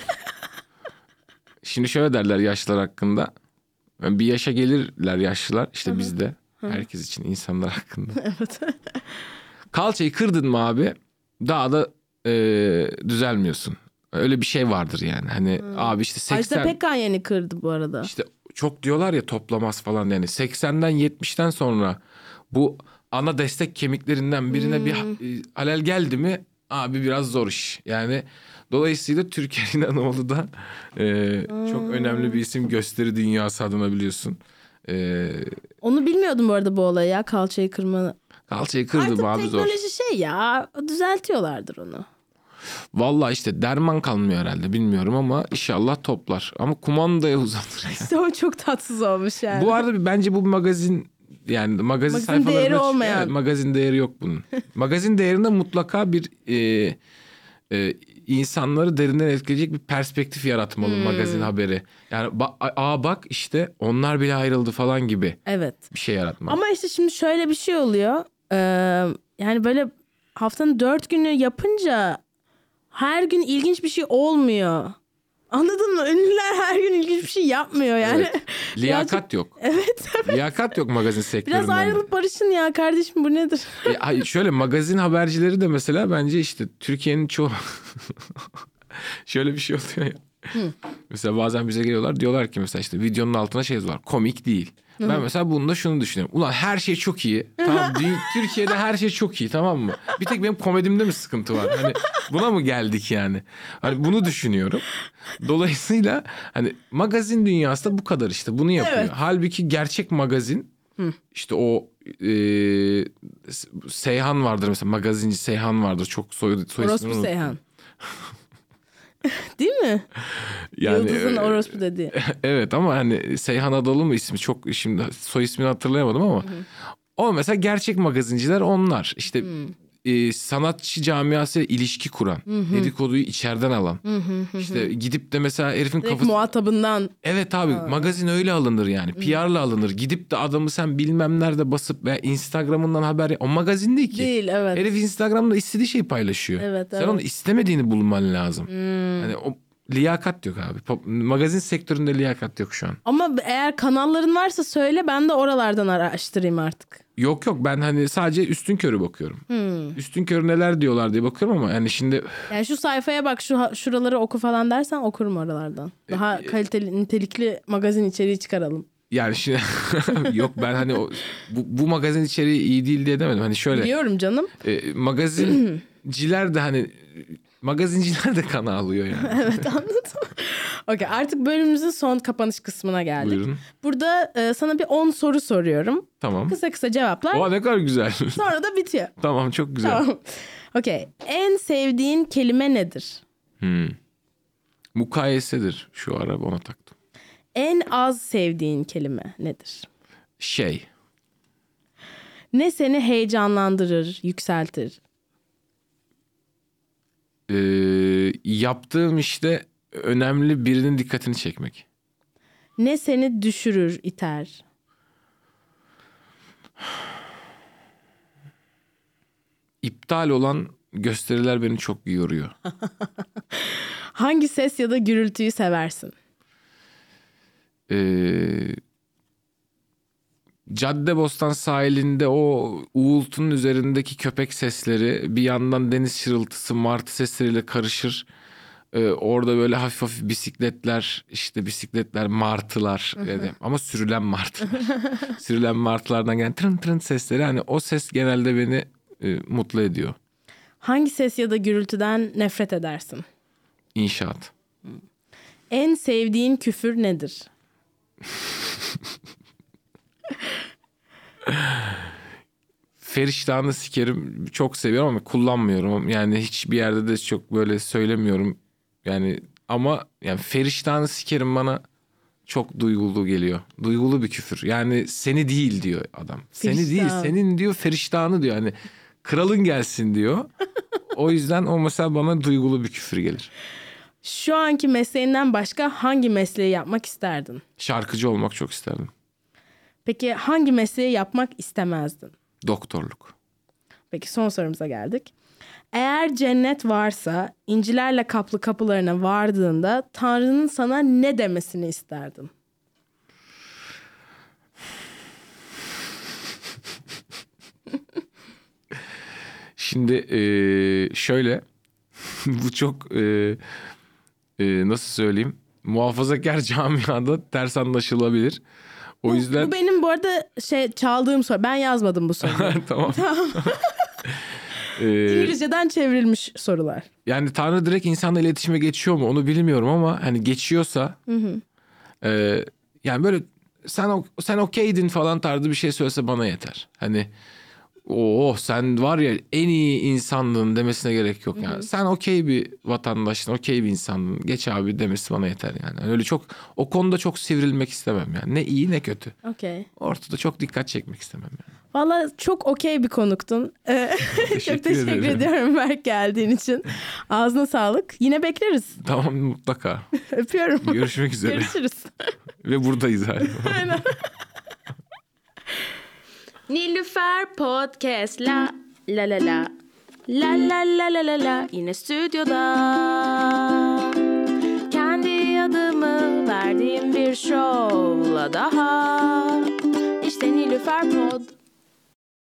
şimdi şöyle derler yaşlılar hakkında. Yani bir yaşa gelirler yaşlılar. İşte bizde. Herkes için, insanlar hakkında. Evet. Kalçayı kırdın mı abi daha da e, düzelmiyorsun. Öyle bir şey vardır yani. Hani abi işte seksen... Ajda Pekkan yeni kırdı bu arada. İşte çok diyorlar ya toplamaz falan yani. seksenden yetmişten sonra bu ana destek kemiklerinden birine bir e, alel geldi mi abi biraz zor iş. Yani dolayısıyla Türker İnanoğlu da e, çok önemli bir isim, gösteri dünyası adına biliyorsun. E, Onu bilmiyordum bu arada bu olayı ya, kalçayı kırma. kalçayı kırdı Artık mı abi zor. teknoloji şey ya, düzeltiyorlardır onu. Vallahi işte derman kalmıyor herhalde, bilmiyorum ama inşallah toplar. Ama kumandaya uzanır. İşte o çok tatsız olmuş yani. Bu arada bence bu magazin yani magazin, Magazin sayfalarında değeri çıkıyor. olmayan. Evet, magazin değeri yok bunun. Magazin değerinde mutlaka bir e, e, insanları derinden etkileyecek bir perspektif yaratmalı Hmm. magazin haberi. Yani ba- aa bak işte onlar bile ayrıldı falan gibi Evet. bir şey yaratmalı. Ama işte şimdi şöyle bir şey oluyor. Ee, yani böyle haftanın dört günü yapınca her gün ilginç bir şey olmuyor. Anladın mı? Ünlüler her gün ilginç bir şey yapmıyor yani. Evet. Liyakat yok. Evet. Liyakat yok magazin sektöründen. Biraz ayrılıp barışın ya kardeşim, bu nedir? E, ay, şöyle magazin habercileri de mesela bence işte Türkiye'nin çoğu şöyle bir şey oluyor ya. Mesela bazen bize geliyorlar, diyorlar ki mesela işte videonun altına şey var, komik değil. Ben mesela bunda şunu düşünüyorum. Ulan her şey çok iyi. Tamam, Türkiye'de her şey çok iyi, tamam mı? Bir tek benim komedimde mi sıkıntı var? Hani buna mı geldik yani? Hani bunu düşünüyorum. Dolayısıyla hani magazin dünyası da bu kadar işte. Bunu yapıyor. Evet. Halbuki gerçek magazin Hı. işte o e, Seyhan vardır mesela. Magazinci Seyhan vardır. Çok soy, soy Orospu Seyhan. Değil mi? Yani, Yıldız'ın orospu dediği. Evet ama hani Seyhan Adalı mı ismi? Çok şimdi soy ismini hatırlayamadım ama. Hı hı. O mesela gerçek magazinciler onlar. İşte hı. e, sanatçı camiasıyla ilişki kuran. Hı hı. Dedikoduyu içeriden alan. Hı hı hı. İşte gidip de mesela herifin direkt kafası. muhatabından. Evet abi, ha. Magazin öyle alınır yani. P R'la alınır. Gidip de adamı sen bilmem nerede basıp veya Instagram'ından haber. O magazin değil ki. Değil, evet. Herif Instagram'da istediği şeyi paylaşıyor. Evet, sen evet. onu istemediğini bulman lazım. Hmm. Hani o liyakat yok abi. Pop, magazin sektöründe liyakat yok şu an. Ama eğer kanalların varsa söyle, ben de oralardan araştırayım artık. Yok yok, ben hani sadece üstünkörü bakıyorum. Hmm. Üstünkörü neler diyorlar diye bakıyorum ama yani şimdi. Yani şu sayfaya bak, şu şuraları oku falan dersen okurum oralardan. Daha e, kaliteli, nitelikli magazin içeriği çıkaralım. Yani şimdi yok, ben hani o, bu, bu magazin içeriği iyi değil diye demedim. Hani şöyle. Biliyorum canım. E, magazinciler de hani magazinciler de kan ağlıyor yani. Evet, anladım. Okey, artık bölümümüzün son kapanış kısmına geldik. Buyurun. Burada e, sana bir on soru soruyorum. Tamam. Kısa kısa cevaplar. Oha, ne kadar güzel. Sonra da bitiyor. Tamam, çok güzel. Tamam. Okey. En sevdiğin kelime nedir? Hmm. Mukayesedir. Şu ara ona taktım. En az sevdiğin kelime nedir? Şey. Ne seni heyecanlandırır, yükseltir? Ee, yaptığım işte önemli birinin dikkatini çekmek. Ne seni düşürür, iter? İptal olan gösteriler beni çok yoruyor. Hangi ses ya da gürültüyü seversin? Ee, Caddebostan sahilinde o uğultunun üzerindeki köpek sesleri, bir yandan deniz şırıltısı, martı sesleriyle karışır. Ee, orada böyle hafif hafif bisikletler, işte bisikletler, martılar yani, ama sürülen martılar. Sürülen martılardan gelen tırın tırın sesleri, hani o ses genelde beni e, mutlu ediyor. Hangi ses ya da gürültüden nefret edersin? İnşaat. En sevdiğin küfür nedir? Feriştahını sikerim çok seviyorum ama kullanmıyorum. Yani hiçbir yerde de çok böyle söylemiyorum. Yani ama yani feriştahını sikerim bana çok duygulu geliyor. Duygulu bir küfür. Yani seni değil diyor adam. Feriştah. Seni değil, senin diyor, feriştahını diyor. Hani kralın gelsin diyor. O yüzden o mesela bana duygulu bir küfür gelir. Şu anki mesleğinden başka hangi mesleği yapmak isterdin? Şarkıcı olmak çok isterdim. Peki hangi mesleği yapmak istemezdin? Doktorluk. Peki son sorumuza geldik. Eğer cennet varsa incilerle kaplı kapılarına vardığında Tanrı'nın sana ne demesini isterdin? Şimdi ee, şöyle bu çok ee, ee, nasıl söyleyeyim, muhafazakar camiada ters anlaşılabilir. O bu, yüzden bu benim bu arada şey çaldığım soru. Ben yazmadım bu soruyu. Tamam. ee, İngilizceden çevrilmiş sorular. Yani Tanrı direkt insanla iletişime geçiyor mu onu bilmiyorum ama hani geçiyorsa hı hı. E, yani böyle sen sen okeydin falan tarzı bir şey söylese bana yeter. Hani oh sen var ya en iyi insanlığın demesine gerek yok yani. Hı hı. Sen okey bir vatandaşsın, okey bir insandın. Geç abi demesi bana yeter yani. yani. Öyle çok o konuda çok sivrilmek istemem yani. Ne iyi ne kötü. Okey. Ortada çok dikkat çekmek istemem yani. Valla çok okey bir konuktun. Teşekkür çok teşekkür ederim. ediyorum Berk, geldiğin için. Ağzına sağlık. Yine bekleriz. Tamam, mutlaka. Öpüyorum. Görüşmek üzere. Görüşürüz. Ve buradayız hala. Aynen. Nilüfer Podcast la la la la la la la la la la yine stüdyoda kendi adımı verdiğim bir şovla daha işte Nilüfer Pod.